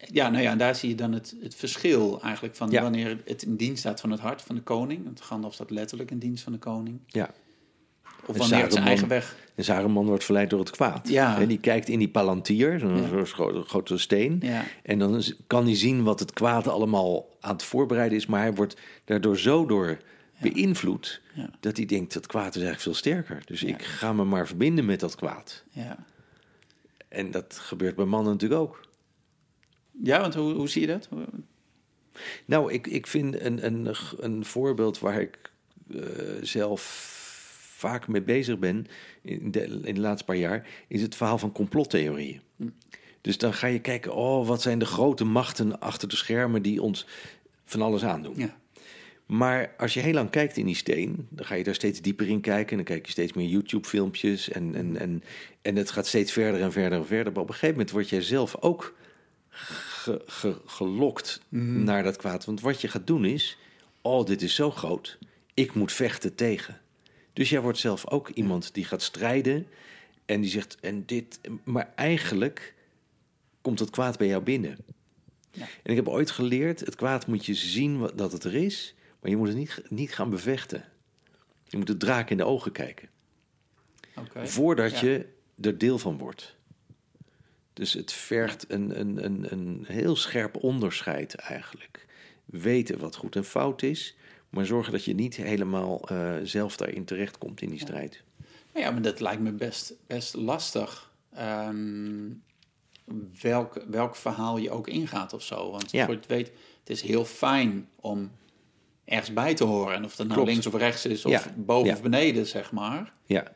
Ja, nou ja, en daar zie je dan het, het verschil eigenlijk van Ja. wanneer het in dienst staat van het hart van de koning. Want Gandalf staat letterlijk in dienst van de koning. Ja. Of En wanneer het zijn Saruman- eigen weg... En Saruman wordt verleid door het kwaad. Ja. En die kijkt in die palantir, zo'n Ja. zo'n grote, grote steen. Ja. En dan is- kan hij zien wat het kwaad allemaal aan het voorbereiden is. Maar hij wordt daardoor zo door beïnvloed... Ja. dat hij denkt, dat kwaad is eigenlijk veel sterker. Dus Ja. ik ga me maar verbinden met dat kwaad. Ja, En dat gebeurt bij mannen natuurlijk ook. ja want hoe, hoe zie je dat? Hoe- Nou, ik, ik vind een, een, een voorbeeld waar ik eh, zelf vaak mee bezig ben in de, in de laatste paar jaar, is het verhaal van complottheorieën. Hm. Dus dan ga je kijken, oh, wat zijn de grote machten achter de schermen die ons van alles aandoen. Ja, Maar als je heel lang kijkt in die steen, dan ga je daar steeds dieper in kijken. En dan kijk je steeds meer YouTube-filmpjes. En, en, en, en het gaat steeds verder en verder en verder. Maar op een gegeven moment word jij zelf ook ge, ge- gelokt Mhm. naar dat kwaad. Want wat je gaat doen is, oh, dit is zo groot. Ik moet vechten tegen. Dus jij wordt zelf ook iemand die gaat strijden. En die zegt, en dit... Maar eigenlijk komt het kwaad bij jou binnen. Ja. En ik heb ooit geleerd, het kwaad moet je zien wat- dat het er is, maar je moet het niet, niet gaan bevechten. Je moet het draak in de ogen kijken. oké. Voordat Ja. je er deel van wordt. Dus het vergt een, een, een, een heel scherp onderscheid eigenlijk. Weten wat goed en fout is, maar zorgen dat je niet helemaal eh, zelf daarin terechtkomt in die strijd. Nou ja, maar dat lijkt me best, best lastig. Ehm, welk, welk verhaal je ook ingaat of zo. Want Ja. voor het weet, het is heel fijn om ergens bij te horen. En of dat nou Klopt. links of rechts is, of Ja. boven Ja. of beneden, zeg maar. Ja,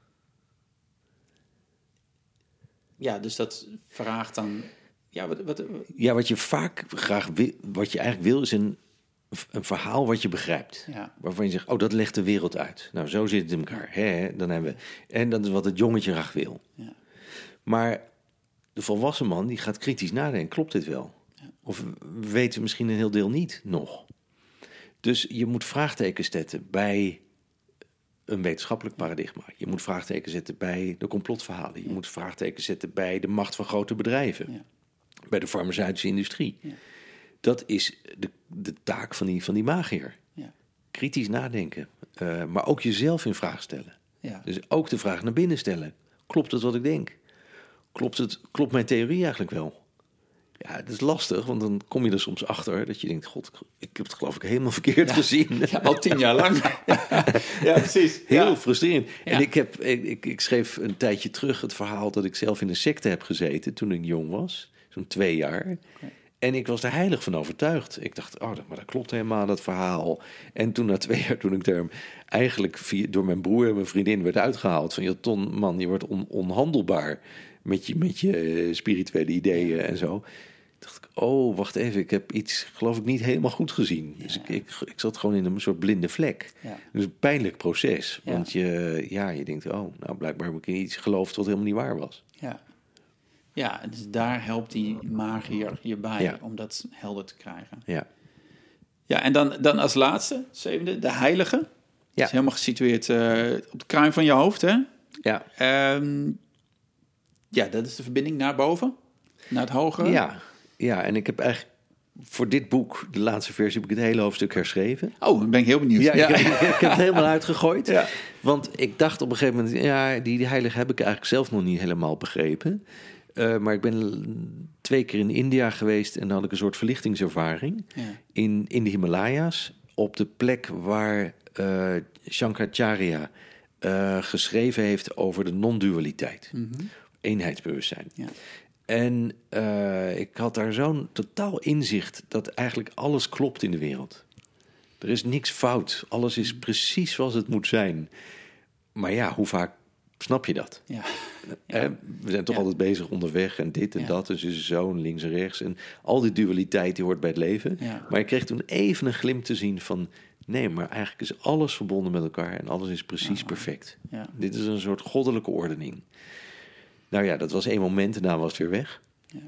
Ja, dus dat vraagt dan... Ja, wat, wat, ja wat je vaak graag wil, wat je eigenlijk wil, is een, een verhaal wat je begrijpt. ja, Waarvan je zegt, oh, dat legt de wereld uit. Nou, zo zit het in elkaar. Hè, hè, dan hebben we, en dat is wat het jongetje graag wil. ja, Maar de volwassen man, die gaat kritisch nadenken. Klopt dit wel? Of weten we misschien een heel deel niet nog? Dus je moet vraagtekens zetten bij een wetenschappelijk paradigma. Je moet vraagtekens zetten bij de complotverhalen. Je moet vraagtekens zetten bij de macht van grote bedrijven. ja. Bij de farmaceutische industrie. Ja. Dat is de, de taak van die, van die magier. Ja. Kritisch nadenken. Uh, maar ook jezelf in vraag stellen. Ja. Dus ook de vraag naar binnen stellen. Klopt het wat ik denk? Klopt, het, klopt mijn theorie eigenlijk wel? Ja, dat is lastig, want dan kom je er soms achter dat je denkt, god, ik heb het geloof ik helemaal verkeerd Ja. gezien. Ja, al tien jaar lang. Ja, precies. Heel Ja. frustrerend. Ja. En ik, heb, ik, ik, ik schreef een tijdje terug het verhaal dat ik zelf in een secte heb gezeten toen ik jong was. Zo'n twee jaar. Okay. En ik was er heilig van overtuigd. Ik dacht, oh, maar dat klopt helemaal, dat verhaal. En toen na twee jaar, toen ik daar eigenlijk via, door mijn broer en mijn vriendin werd uitgehaald. Van, joh, Ton, man, je wordt on, onhandelbaar met je, met je spirituele ideeën en zo. Dacht ik, oh, wacht even, ik heb iets, geloof ik, niet helemaal goed gezien. Ja. Dus ik, ik, ik zat gewoon in een soort blinde vlek. Ja. Dus een pijnlijk proces. Ja. Want je, ja, je denkt, oh, nou, blijkbaar heb ik in iets geloofd wat helemaal niet waar was. Ja. Ja, dus daar helpt die magier je bij Ja. om dat helder te krijgen. Ja, Ja, en dan, dan als laatste, zevende, de heilige. Dat Ja. is helemaal gesitueerd uh, op de kruin van je hoofd, hè? ja. Um, ja, dat is de verbinding naar boven, naar het hogere. Ja, ja, en ik heb eigenlijk voor dit boek, de laatste versie, heb ik het hele hoofdstuk herschreven. Oh, dan ben ik heel benieuwd. Ja, Ik, heb, ik heb het helemaal uitgegooid. Ja. Want ik dacht op een gegeven moment, ja, die, die heilige heb ik eigenlijk zelf nog niet helemaal begrepen. Uh, maar ik ben twee keer in India geweest en dan had ik een soort verlichtingservaring. Ja. In, in de Himalaya's, op de plek waar uh, Shankaracharya uh, geschreven heeft over de non-dualiteit. Mm-hmm. Eenheidsbewustzijn. Ja. En uh, ik had daar zo'n totaal inzicht dat eigenlijk alles klopt in de wereld. Er is niks fout. Alles is precies zoals het moet zijn. Maar ja, hoe vaak snap je dat? Ja. Ja. Eh, we zijn toch ja. altijd bezig onderweg en dit en ja. dat. Dus is zo en links en rechts. En al die dualiteit die hoort bij het leven. Ja. Maar ik kreeg toen even een glimp te zien van... nee, maar eigenlijk is alles verbonden met elkaar en alles is precies ja. perfect. Ja. Dit is een soort goddelijke ordening. Nou ja, dat was één moment en daarna was het weer weg.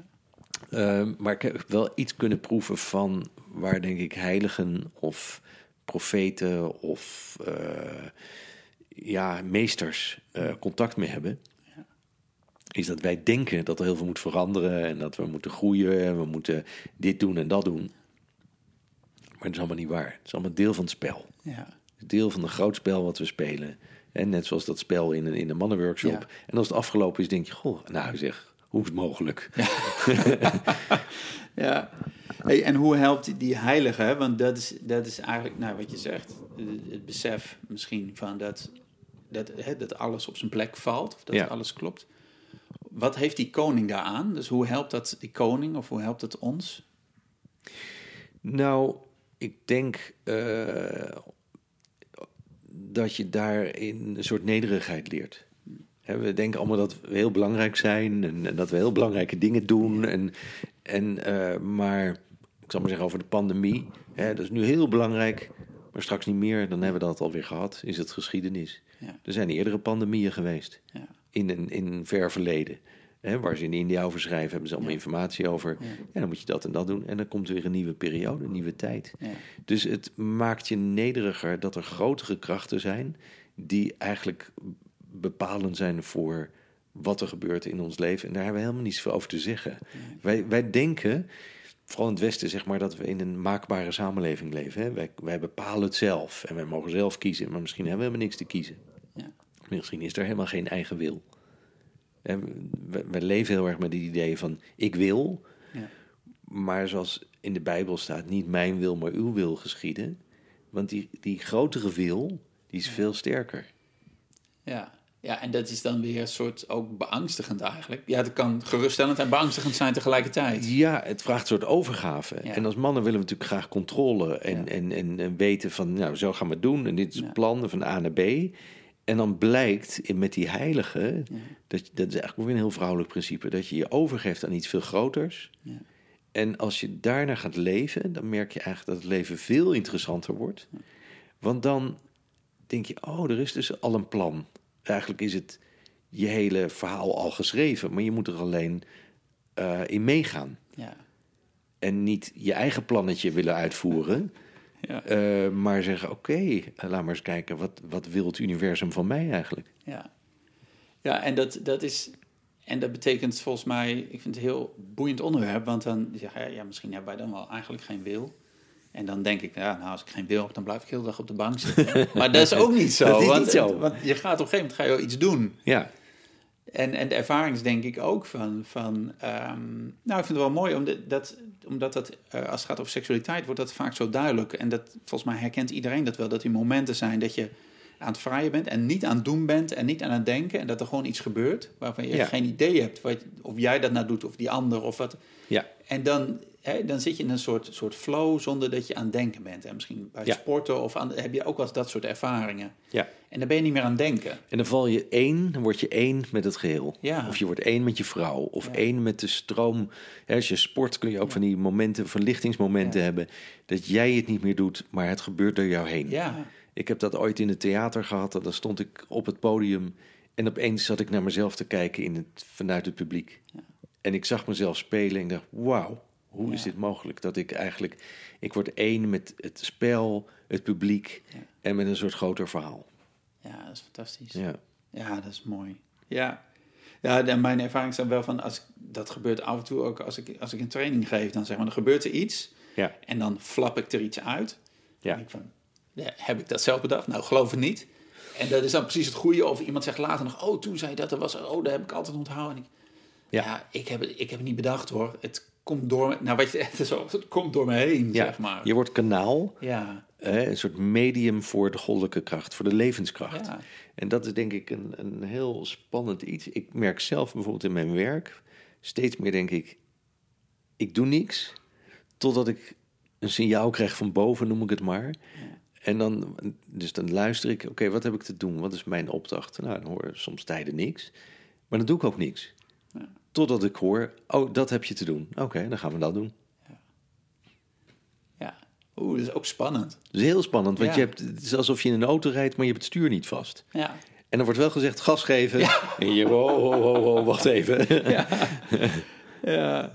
Ja. Uh, maar ik heb wel iets kunnen proeven van waar, denk ik, heiligen of profeten of uh, ja, meesters uh, contact mee hebben. Ja. is dat wij denken dat er heel veel moet veranderen en dat we moeten groeien en we moeten dit doen en dat doen. Maar dat is allemaal niet waar. Het is allemaal deel van het spel. Ja. Deel van een groot spel wat we spelen. En net zoals dat spel in een, in een mannenworkshop. Ja. En als het afgelopen is, denk je, goh, nou zeg, hoe is het mogelijk? Ja. Ja. Hey, en hoe helpt die, die heilige? Hè? Want dat is, dat is eigenlijk, nou, wat je zegt, het besef misschien van dat, dat, hè, dat alles op zijn plek valt, of dat Ja. alles klopt. Wat heeft die koning daaraan? Dus hoe helpt dat die koning, of hoe helpt het ons? Nou, ik denk uh, dat je daarin een soort nederigheid leert. He, we denken allemaal dat we heel belangrijk zijn en, en dat we heel belangrijke dingen doen. En, en, uh, maar ik zal maar zeggen over de pandemie. Hè, dat is nu heel belangrijk, maar straks niet meer. Dan hebben we dat alweer gehad. Is het geschiedenis. Ja. Er zijn eerdere pandemieën geweest Ja. in een in een ver verleden. Hè, waar ze in India over schrijven, hebben ze allemaal Ja. informatie over. Ja. Ja, dan moet je dat en dat doen. En dan komt er weer een nieuwe periode, een nieuwe tijd. Ja. Dus het maakt je nederiger dat er grotere krachten zijn die eigenlijk bepalend zijn voor wat er gebeurt in ons leven. En daar hebben we helemaal niet zoveel over te zeggen. Nee. Wij, wij denken, vooral in het Westen, zeg maar, dat we in een maakbare samenleving leven. Hè? Wij, wij bepalen het zelf en wij mogen zelf kiezen, maar misschien hebben we helemaal niks te kiezen. Ja. Misschien is er helemaal geen eigen wil. En we, we leven heel erg met het idee van ik wil, Ja. maar zoals in de Bijbel staat, niet mijn wil, maar uw wil geschieden. Want die, die grotere wil, die is Ja. veel sterker. Ja. Ja, en dat is dan weer een soort ook beangstigend eigenlijk. Ja, het kan geruststellend en beangstigend zijn tegelijkertijd. Ja, het vraagt een soort overgave. Ja. En als mannen willen we natuurlijk graag controle en, Ja. en, en, en weten van, nou, zo gaan we het doen. En dit is het Ja. plan van A naar B. En dan blijkt in, met die heilige, Ja. dat, dat is eigenlijk ook weer een heel vrouwelijk principe, dat je je overgeeft aan iets veel groters. Ja. En als je daarnaar gaat leven, dan merk je eigenlijk dat het leven veel interessanter wordt. Want dan denk je, oh, er is dus al een plan. Eigenlijk is het je hele verhaal al geschreven, maar je moet er alleen uh, in meegaan. Ja. En niet je eigen plannetje willen uitvoeren, Ja. uh, maar zeggen, oké, okay, uh, laat maar eens kijken, wat, wat wil het universum van mij eigenlijk? Ja, ja en, dat, dat is, en dat betekent volgens mij, ik vind het een heel boeiend onderwerp, want dan zeg je, ja, misschien hebben wij dan wel eigenlijk geen wil. En dan denk ik, ja, nou, als ik geen wil heb, dan blijf ik heel de dag op de bank zitten. Maar dat is ook niet zo. Dat is want, niet zo. want je gaat op een gegeven moment ga je wel iets doen. Ja. En, en de ervaring is denk ik ook van... van um, nou, ik vind het wel mooi, omdat dat, omdat dat uh, als het gaat over seksualiteit... wordt dat vaak zo duidelijk. En dat, volgens mij herkent iedereen dat wel. Dat die momenten zijn dat je aan het vrijen bent... en niet aan het doen bent en niet aan het denken... en dat er gewoon iets gebeurt waarvan je ja. geen idee hebt... Wat, of jij dat nou doet of die ander of wat. Ja. En dan, hè, dan zit je in een soort, soort flow zonder dat je aan het denken bent. En misschien bij ja. sporten of aan, heb je ook wel eens dat soort ervaringen. Ja. En dan ben je niet meer aan het denken. En dan val je één, dan word je één met het geheel. Ja. Of je wordt één met je vrouw. Of ja. één met de stroom. Hè, als je sport kun je ook ja. van die momenten, verlichtingsmomenten ja. hebben. Dat jij het niet meer doet, maar het gebeurt door jou heen. Ja. Ik heb dat ooit in het theater gehad. Dan stond ik op het podium. En opeens zat ik naar mezelf te kijken in het, vanuit het publiek. Ja. En ik zag mezelf spelen en ik dacht, wauw. Hoe ja. is dit mogelijk? Dat ik eigenlijk... Ik word één met het spel, het publiek... Ja. en met een soort groter verhaal. Ja, dat is fantastisch. Ja, ja dat is mooi. Ja, ja en mijn ervaring is dan wel van... Als ik, dat gebeurt af en toe ook als ik, als ik een training geef... dan zeg maar, dan gebeurt er iets... Ja. en dan flap ik er iets uit. Ja. En ik van, ja, heb ik dat zelf bedacht? Nou, geloof het niet. En dat is dan precies het goede. Of iemand zegt later nog... oh, toen zei dat er was... oh, dat heb ik altijd onthouden. En ik, ja, ja ik, heb het, ik heb het niet bedacht, hoor. Het komt door me, nou, wat je, het, is ook, het komt door me heen, ja, zeg maar. Je wordt kanaal, ja. eh, een soort medium voor de goddelijke kracht, voor de levenskracht. Ja. En dat is denk ik een, een heel spannend iets. Ik merk zelf bijvoorbeeld in mijn werk, steeds meer denk ik, ik doe niks, totdat ik een signaal krijg van boven, noem ik het maar. Ja. En dan, dus dan luister ik, oké, okay, wat heb ik te doen? Wat is mijn opdracht? Nou, dan hoor ik soms tijden niks, maar dan doe ik ook niks. Ja. Totdat ik hoor, oh, dat heb je te doen. Oké, okay, dan gaan we dat doen. Ja. Ja. Oeh, dat is ook spannend. Dat is heel spannend, want ja. je hebt, het is alsof je in een auto rijdt, maar je hebt het stuur niet vast. Ja. En dan wordt wel gezegd, gas geven. Ja. En je, oh, oh, oh, oh, wacht even. Ja. Ja.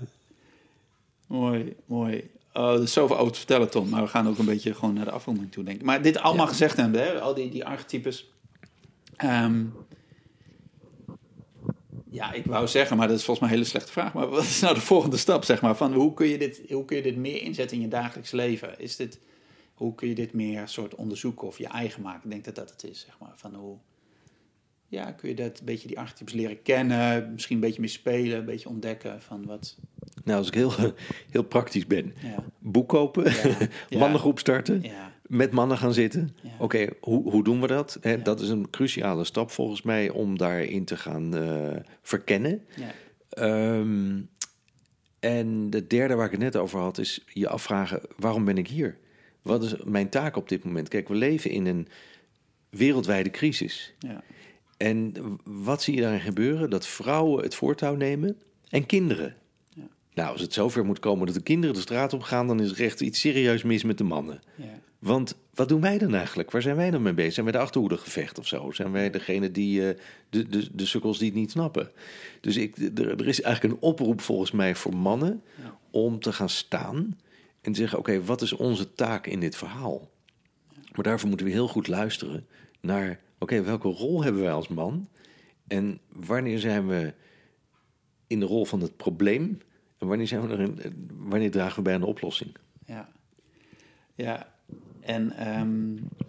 Mooi, mooi. Oh, er is zoveel over te vertellen, Tom. Maar we gaan ook een beetje gewoon naar de afronding toe, denk ik. Maar dit allemaal ja. gezegd hebben, hè? Al die, die archetypes... Um, Ja, ik wou zeggen, maar dat is volgens mij een hele slechte vraag. Maar wat is nou de volgende stap, zeg maar? Van hoe kun je dit, hoe kun je dit meer inzetten in je dagelijks leven? Is dit, hoe kun je dit meer soort onderzoeken of je eigen maken? Ik denk dat dat het is, zeg maar. Van hoe, ja, kun je dat een beetje die archetypes leren kennen? Misschien een beetje mee spelen, een beetje ontdekken van wat... Nou, als ik heel, heel praktisch ben. Ja. Boek kopen, Ja. Ja. mannengroep starten, Ja. met mannen gaan zitten. Ja. Oké, okay, hoe, hoe doen we dat? Hè, Ja. Dat is een cruciale stap volgens mij om daarin te gaan uh, verkennen. Ja. Um, en de derde waar ik het net over had, is je afvragen, waarom ben ik hier? Wat is mijn taak op dit moment? Kijk, we leven in een wereldwijde crisis. Ja. En wat zie je daarin gebeuren? Dat vrouwen het voortouw nemen en kinderen. Ja. Nou, als het zover moet komen dat de kinderen de straat op gaan, dan is er echt iets serieus mis met de mannen. Ja. Want wat doen wij dan eigenlijk? Waar zijn wij dan mee bezig? Zijn wij de achterhoedegevecht of zo? Zijn wij degene die, uh, de, de, de sukkels die het niet snappen? Dus ik, er, er is eigenlijk een oproep volgens mij voor mannen Ja. om te gaan staan en te zeggen, oké, okay, wat is onze taak in dit verhaal? Ja. Maar daarvoor moeten we heel goed luisteren naar, oké, okay, welke rol hebben wij als man? En wanneer zijn we in de rol van het probleem? En wanneer, zijn we erin, wanneer dragen we bij aan de oplossing? Ja, ja. En um,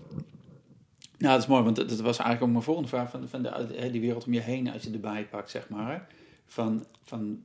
nou, dat is mooi, want dat, dat was eigenlijk ook mijn volgende vraag van, van de, die wereld om je heen als je erbij pakt, zeg maar. Van, van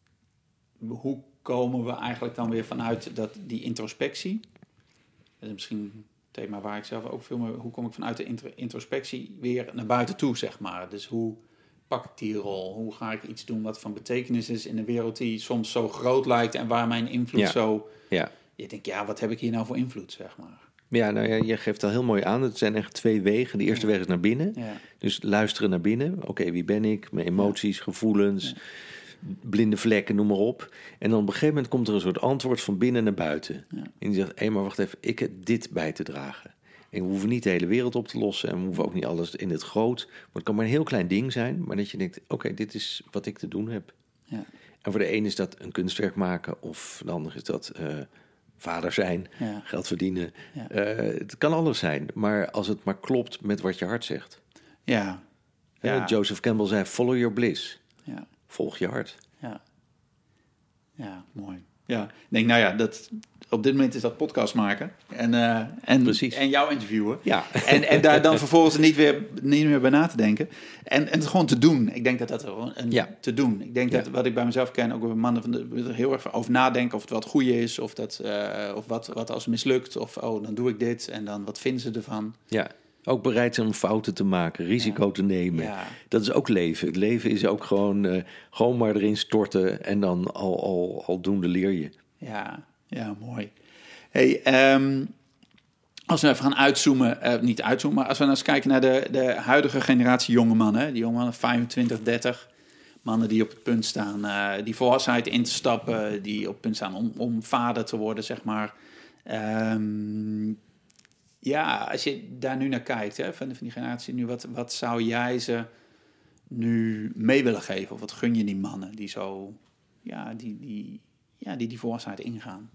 hoe komen we eigenlijk dan weer vanuit dat, die introspectie? Dat is misschien een thema waar ik zelf ook veel meer... Hoe kom ik vanuit de introspectie weer naar buiten toe, zeg maar? Dus hoe pak ik die rol? Hoe ga ik iets doen wat van betekenis is in een wereld die soms zo groot lijkt en waar mijn invloed ja. zo... Ja. Je denkt, ja, wat heb ik hier nou voor invloed, zeg maar? Ja, nou ja, je geeft al heel mooi aan. Het zijn echt twee wegen. De eerste ja. weg is naar binnen. Ja. Dus luisteren naar binnen. Oké, okay, wie ben ik? Mijn emoties, ja. gevoelens, ja. blinde vlekken, noem maar op. En dan op een gegeven moment komt er een soort antwoord van binnen naar buiten. Ja. En die zegt, hé, hey, maar wacht even, ik heb dit bij te dragen. En we hoeven niet de hele wereld op te lossen. En we hoeven ook niet alles in het groot. Maar het kan maar een heel klein ding zijn. Maar dat je denkt, oké, okay, dit is wat ik te doen heb. Ja. En voor de een is dat een kunstwerk maken. Of de ander is dat... Uh, vader zijn, ja. geld verdienen. Ja. Uh, het kan alles zijn, maar als het maar klopt met wat je hart zegt. Ja. ja. Uh, Joseph Campbell zei, follow your bliss. Ja. Volg je hart. Ja, ja mooi. Ja, ik denk, nou ja, dat, op dit moment is dat podcast maken. En, uh, en, Precies. en jou interviewen. Ja. En, en daar dan vervolgens niet, weer, niet meer bij na te denken. En, en het gewoon te doen. Ik denk dat dat gewoon een ja. te doen. Ik denk ja. dat wat ik bij mezelf ken, ook bij mannen, van de, er heel erg over nadenken of het wat goed is. Of, dat, uh, of wat, wat als het mislukt. Of oh, dan doe ik dit. En dan wat vinden ze ervan. Ja. Ook bereid zijn om fouten te maken, risico ja. te nemen. Ja. Dat is ook leven. Het leven is ook gewoon, uh, gewoon maar erin storten en dan al, al, aldoende leer je. Ja, ja, mooi. Hey, um, als we even gaan uitzoomen, uh, niet uitzoomen, maar als we nou eens kijken naar de, de huidige generatie jonge mannen, die jonge mannen, vijfentwintig, dertig, mannen die op het punt staan, uh, die volwassenheid in te stappen, die op het punt staan om, om vader te worden, zeg maar. Um, Ja, als je daar nu naar kijkt, hè, van, van die generatie nu, wat, wat zou jij ze nu mee willen geven? Of wat gun je die mannen die zo, ja, die die, ja, die, die volwassenheid ingaan?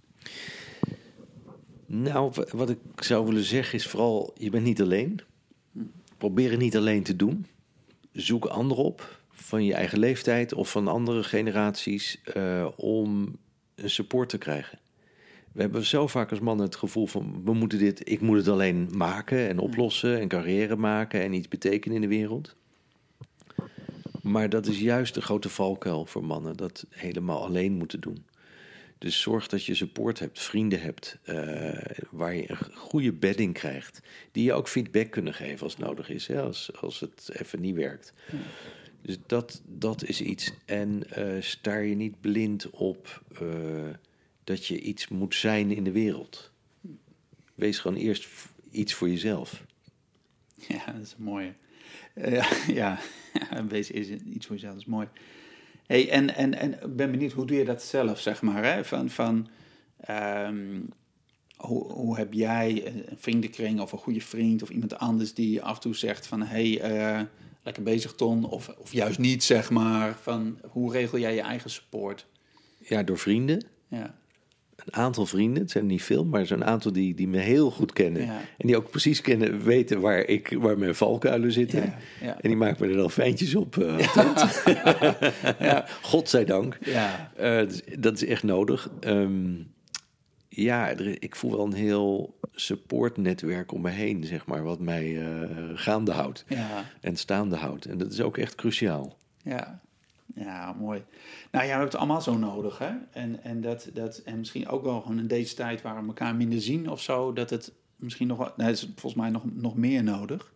Nou, wat ik zou willen zeggen is vooral, je bent niet alleen. Probeer het niet alleen te doen. Zoek anderen op van je eigen leeftijd of van andere generaties uh, om een support te krijgen. We hebben zo vaak als mannen het gevoel van, we moeten dit, ik moet het alleen maken en oplossen en carrière maken en iets betekenen in de wereld. Maar dat is juist de grote valkuil voor mannen, dat helemaal alleen moeten doen. Dus zorg dat je support hebt, vrienden hebt, uh, waar je een goede bedding krijgt. Die je ook feedback kunnen geven als het nodig is, hè, als, als het even niet werkt. Dus dat, dat is iets. En uh, staar je niet blind op... Uh, dat je iets moet zijn in de wereld. Wees gewoon eerst iets voor jezelf. Ja, dat is mooi. Uh, ja, wees eerst iets voor jezelf, dat is mooi. Hey, en, en, en ik ben benieuwd, hoe doe je dat zelf, zeg maar? Hè? Van, van, um, hoe, hoe heb jij een vriendenkring of een goede vriend of iemand anders die af en toe zegt van... hey, uh, lekker bezig, Ton, of, of juist niet, zeg maar. Van, hoe regel jij je eigen support? Ja, door vrienden. Ja. een aantal vrienden, het zijn er niet veel, maar zo'n aantal die, die me heel goed kennen. Ja. En die ook precies kennen, weten waar, ik, waar mijn valkuilen zitten. Ja, ja. En die maken me er dan fijntjes op. Uh, ja. ja. Godzijdank. Ja. Uh, dus dat is echt nodig. Um, ja, er, ik voel wel een heel supportnetwerk om me heen, zeg maar, wat mij uh, gaande houdt Ja. en staande houdt. En dat is ook echt cruciaal. Ja. Ja, mooi. Nou ja, we hebben het allemaal zo nodig, hè? En, en, dat, dat, en misschien ook wel gewoon in deze tijd waar we elkaar minder zien of zo, dat het misschien nog wel, nou, het is volgens mij nog, nog meer nodig.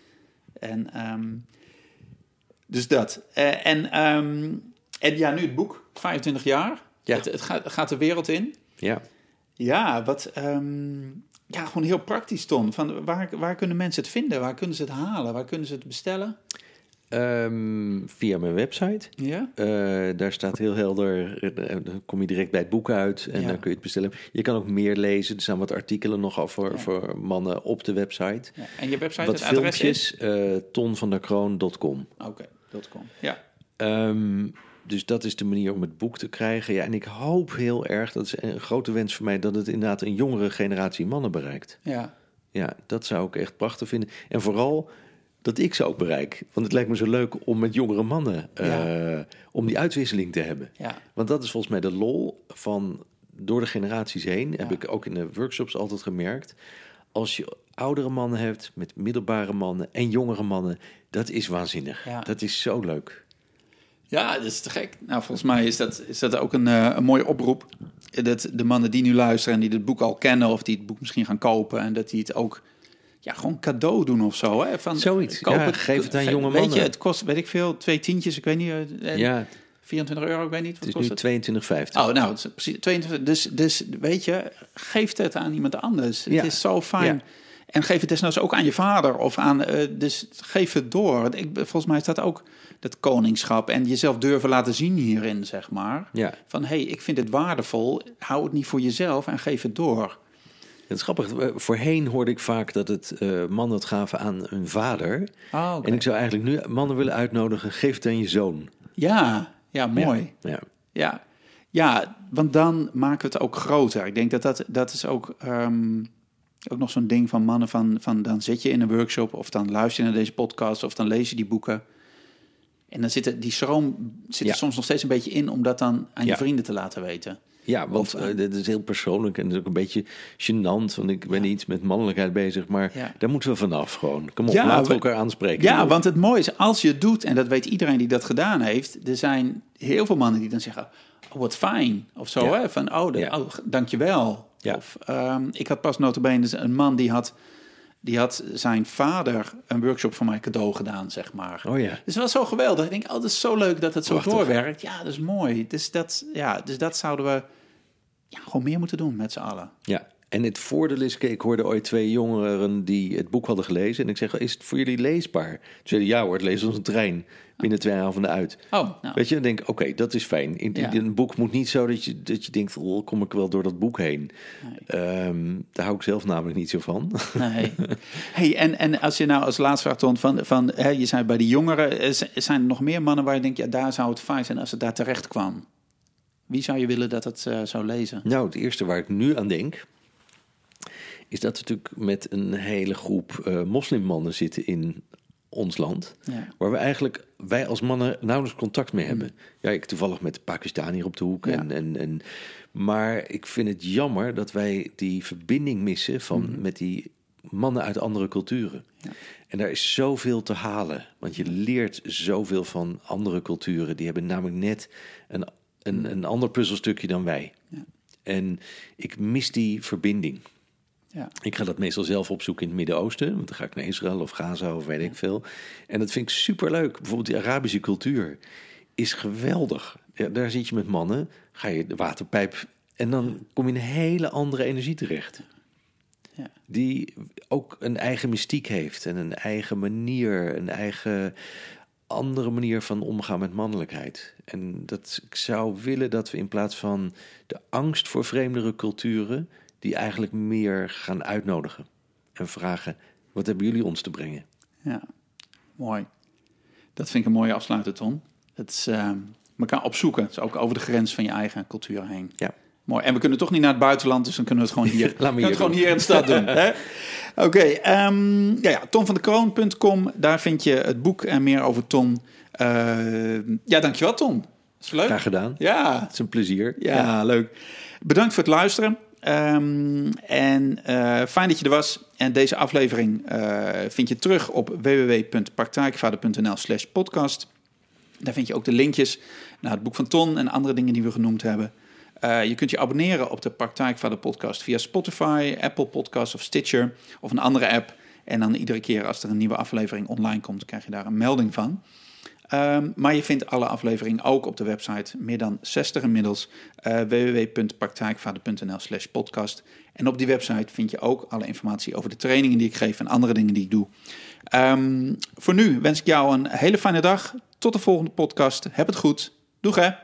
En um, dus dat. Uh, en, um, en ja, nu het boek, vijfentwintig jaar. Ja. Het, het gaat, gaat de wereld in. Ja. Ja, wat, um, ja, gewoon heel praktisch, Ton. Van waar, waar kunnen mensen het vinden? Waar kunnen ze het halen? Waar kunnen ze het bestellen? Um, via mijn website. Ja? Uh, daar staat heel helder, dan kom je direct bij het boek uit en ja. dan kun je het bestellen. Je kan ook meer lezen, er staan wat artikelen nog al voor, ja. voor mannen op de website. Ja. En je website, wat het adres filmpjes, is? Uh, ton van der kroon punt com. Oké, okay, .com, ja. Um, dus dat is de manier om het boek te krijgen. Ja, en ik hoop heel erg, dat is een grote wens voor mij, dat het inderdaad een jongere generatie mannen bereikt. Ja. Ja, dat zou ik echt prachtig vinden. En vooral dat ik ze ook bereik. Want het lijkt me zo leuk om met jongere mannen, ja. uh, om die uitwisseling te hebben. Ja. Want dat is volgens mij de lol van door de generaties heen. Ja. Heb ik ook in de workshops altijd gemerkt. Als je oudere mannen hebt met middelbare mannen en jongere mannen, dat is waanzinnig. Ja. Dat is zo leuk. Ja, dat is te gek. Nou, volgens mij is dat, is dat ook een, uh, een mooie oproep. Dat de mannen die nu luisteren en die het boek al kennen of die het boek misschien gaan kopen en dat die het ook ja, gewoon cadeau doen of zo. Hè? Van, Zoiets, koop ja, het, geef het aan ge, jonge mannen. Weet je, het kost, weet ik veel, twee tientjes, ik weet niet. Uh, ja. vierentwintig euro, ik weet niet. Wat het is kost nu tweeëntwintig vijftig. Oh, nou, het is precies tweeëntwintig. Dus, dus weet je, geef het aan iemand anders. Ja. Het is zo fijn. Ja. En geef het desnoods ook aan je vader of aan, uh, dus geef het door. Ik, volgens mij is dat ook dat koningschap en jezelf durven laten zien hierin, zeg maar. Ja. Van, hé, hey, ik vind het waardevol, hou het niet voor jezelf en geef het door. Het is grappig, voorheen hoorde ik vaak dat het uh, mannen het gaven aan hun vader. Oh, okay. En ik zou eigenlijk nu mannen willen uitnodigen, geef het aan je zoon. Ja, ja, mooi. Ja, ja. ja. ja want dan maken we het ook groter. Ik denk dat dat, dat is ook... Um, Ook nog zo'n ding van mannen van, van dan zit je in een workshop of dan luister je naar deze podcast of dan lees je die boeken. En dan zit er, die schroom zit er ja. soms nog steeds een beetje in om dat dan aan je ja. vrienden te laten weten. Ja, want uh, dit is heel persoonlijk en dat is ook een beetje gênant, want ik ben ja. niet met mannelijkheid bezig, maar ja. daar moeten we vanaf gewoon. Kom op, ja, laten we elkaar aanspreken. Ja, joh. Want het mooie is, als je het doet, en dat weet iedereen die dat gedaan heeft, er zijn heel veel mannen die dan zeggen, oh, wat fijn, of zo, ja. hè? Van, oh, de, ja. oh dankjewel. Ja. Of, um, ik had pas notabene een man die had, die had zijn vader een workshop voor mij cadeau gedaan, zeg maar. Oh ja. Dus het was zo geweldig. Ik denk, oh, dat is zo leuk dat het zo Prachtig. doorwerkt. Ja, dat is mooi. Dus dat, ja, dus dat zouden we ja, gewoon meer moeten doen met z'n allen. Ja, en het voordeel is, ik hoorde ooit twee jongeren die het boek hadden gelezen. En ik zeg, is het voor jullie leesbaar? Toen zeiden ja hoor, het leest als een trein. Binnen twee avonden uit. Oh, nou. Weet je, dan denk ik, oké, okay, dat is fijn. In, ja. in een boek moet niet zo dat je, dat je denkt, oh, kom ik wel door dat boek heen. Nee. Um, daar hou ik zelf namelijk niet zo van. Nee. Hey, en, en als je nou als laatste vraag toont van, van hè, je zei bij die jongeren, zijn er nog meer mannen waar je denkt, ja, daar zou het fijn zijn als het daar terecht kwam? Wie zou je willen dat het uh, zou lezen? Nou, het eerste waar ik nu aan denk, is dat we natuurlijk met een hele groep uh, moslimmannen zitten in ons land, ja. waar we eigenlijk, wij als mannen nauwelijks contact mee hebben. Mm. Ja, ik toevallig met Pakistan hier op de hoek. Ja. En, en, en, maar ik vind het jammer dat wij die verbinding missen van, mm. met die mannen uit andere culturen. Ja. En daar is zoveel te halen, want je leert zoveel van andere culturen. Die hebben namelijk net een, een, een ander puzzelstukje dan wij. Ja. En ik mis die verbinding. Ja. Ik ga dat meestal zelf opzoeken in het Midden-Oosten. Want dan ga ik naar Israël of Gaza of weet ja. ik veel. En dat vind ik superleuk. Bijvoorbeeld die Arabische cultuur is geweldig. Ja, daar zit je met mannen, ga je de waterpijp en dan kom je in een hele andere energie terecht. Ja. Die ook een eigen mystiek heeft en een eigen manier, een eigen andere manier van omgaan met mannelijkheid. En dat, ik zou willen dat we in plaats van de angst voor vreemdere culturen, die eigenlijk meer gaan uitnodigen en vragen, wat hebben jullie ons te brengen? Ja, mooi. Dat vind ik een mooie afsluiter, Ton. Het is uh, elkaar opzoeken, het is ook over de grens van je eigen cultuur heen. Ja. Mooi. En we kunnen toch niet naar het buitenland, dus dan kunnen we het gewoon hier, Laat me hier, hier gewoon doen. hier in de stad doen. Oké, okay, um, ja, ja, tom van de kroon punt com. Daar vind je het boek en meer over Ton. Uh, ja, dankjewel Ton. Dat is leuk. Graag gedaan. Ja. Het is een plezier. Ja, ja. Leuk. Bedankt voor het luisteren. Um, en uh, fijn dat je er was. En deze aflevering uh, vind je terug op w w w punt praktijkvader punt n l slash podcast. Daar vind je ook de linkjes naar het boek van Ton en andere dingen die we genoemd hebben. Uh, je kunt je abonneren op de Praktijkvader podcast via Spotify, Apple Podcasts of Stitcher of een andere app. En dan iedere keer als er een nieuwe aflevering online komt, krijg je daar een melding van. Um, maar je vindt alle afleveringen ook op de website, meer dan zestig inmiddels, uh, w w w punt praktijkvader punt n l slash podcast. En op die website vind je ook alle informatie over de trainingen die ik geef en andere dingen die ik doe. Um, voor nu wens ik jou een hele fijne dag. Tot de volgende podcast. Heb het goed. Doeg hè!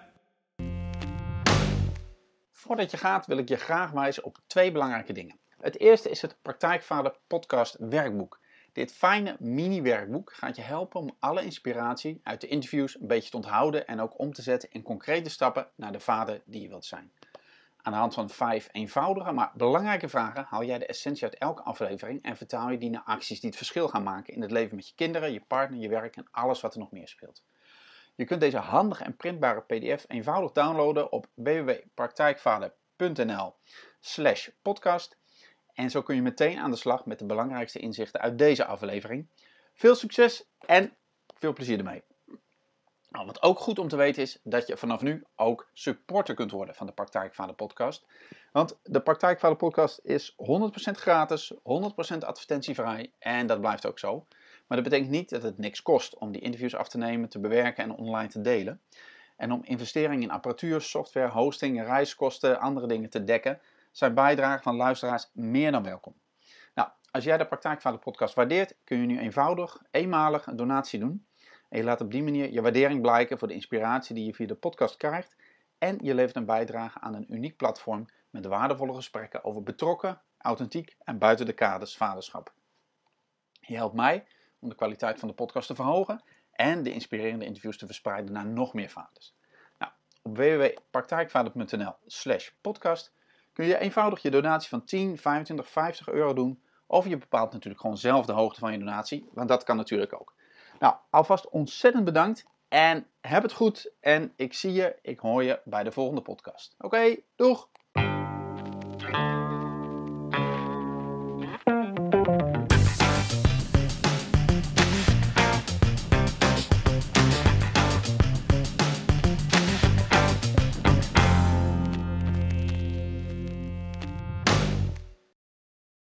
Voordat je gaat wil ik je graag wijzen op twee belangrijke dingen. Het eerste is het Praktijkvader podcast werkboek. Dit fijne mini-werkboek gaat je helpen om alle inspiratie uit de interviews een beetje te onthouden en ook om te zetten in concrete stappen naar de vader die je wilt zijn. Aan de hand van vijf eenvoudige, maar belangrijke vragen haal jij de essentie uit elke aflevering en vertaal je die naar acties die het verschil gaan maken in het leven met je kinderen, je partner, je werk en alles wat er nog meer speelt. Je kunt deze handige en printbare pdf eenvoudig downloaden op w w w punt praktijkvader punt n l slash podcast. En zo kun je meteen aan de slag met de belangrijkste inzichten uit deze aflevering. Veel succes en veel plezier ermee. Nou, wat ook goed om te weten is dat je vanaf nu ook supporter kunt worden van de Praktijkvader podcast. Want de Praktijkvader podcast is honderd procent gratis, honderd procent advertentievrij en dat blijft ook zo. Maar dat betekent niet dat het niks kost om die interviews af te nemen, te bewerken en online te delen. En om investeringen in apparatuur, software, hosting, reiskosten, andere dingen te dekken, zijn bijdragen van luisteraars meer dan welkom. Nou, als jij de Praktijkvader podcast waardeert, kun je nu eenvoudig, eenmalig een donatie doen. En je laat op die manier je waardering blijken voor de inspiratie die je via de podcast krijgt. En je levert een bijdrage aan een uniek platform met waardevolle gesprekken over betrokken, authentiek en buiten de kaders vaderschap. Je helpt mij om de kwaliteit van de podcast te verhogen en de inspirerende interviews te verspreiden naar nog meer vaders. Nou, op w w w punt praktijkvader punt n l slash podcast kun je eenvoudig je donatie van tien, vijfentwintig, vijftig euro doen. Of je bepaalt natuurlijk gewoon zelf de hoogte van je donatie, want dat kan natuurlijk ook. Nou, alvast ontzettend bedankt en heb het goed. En ik zie je, ik hoor je bij de volgende podcast. Oké, okay, doeg!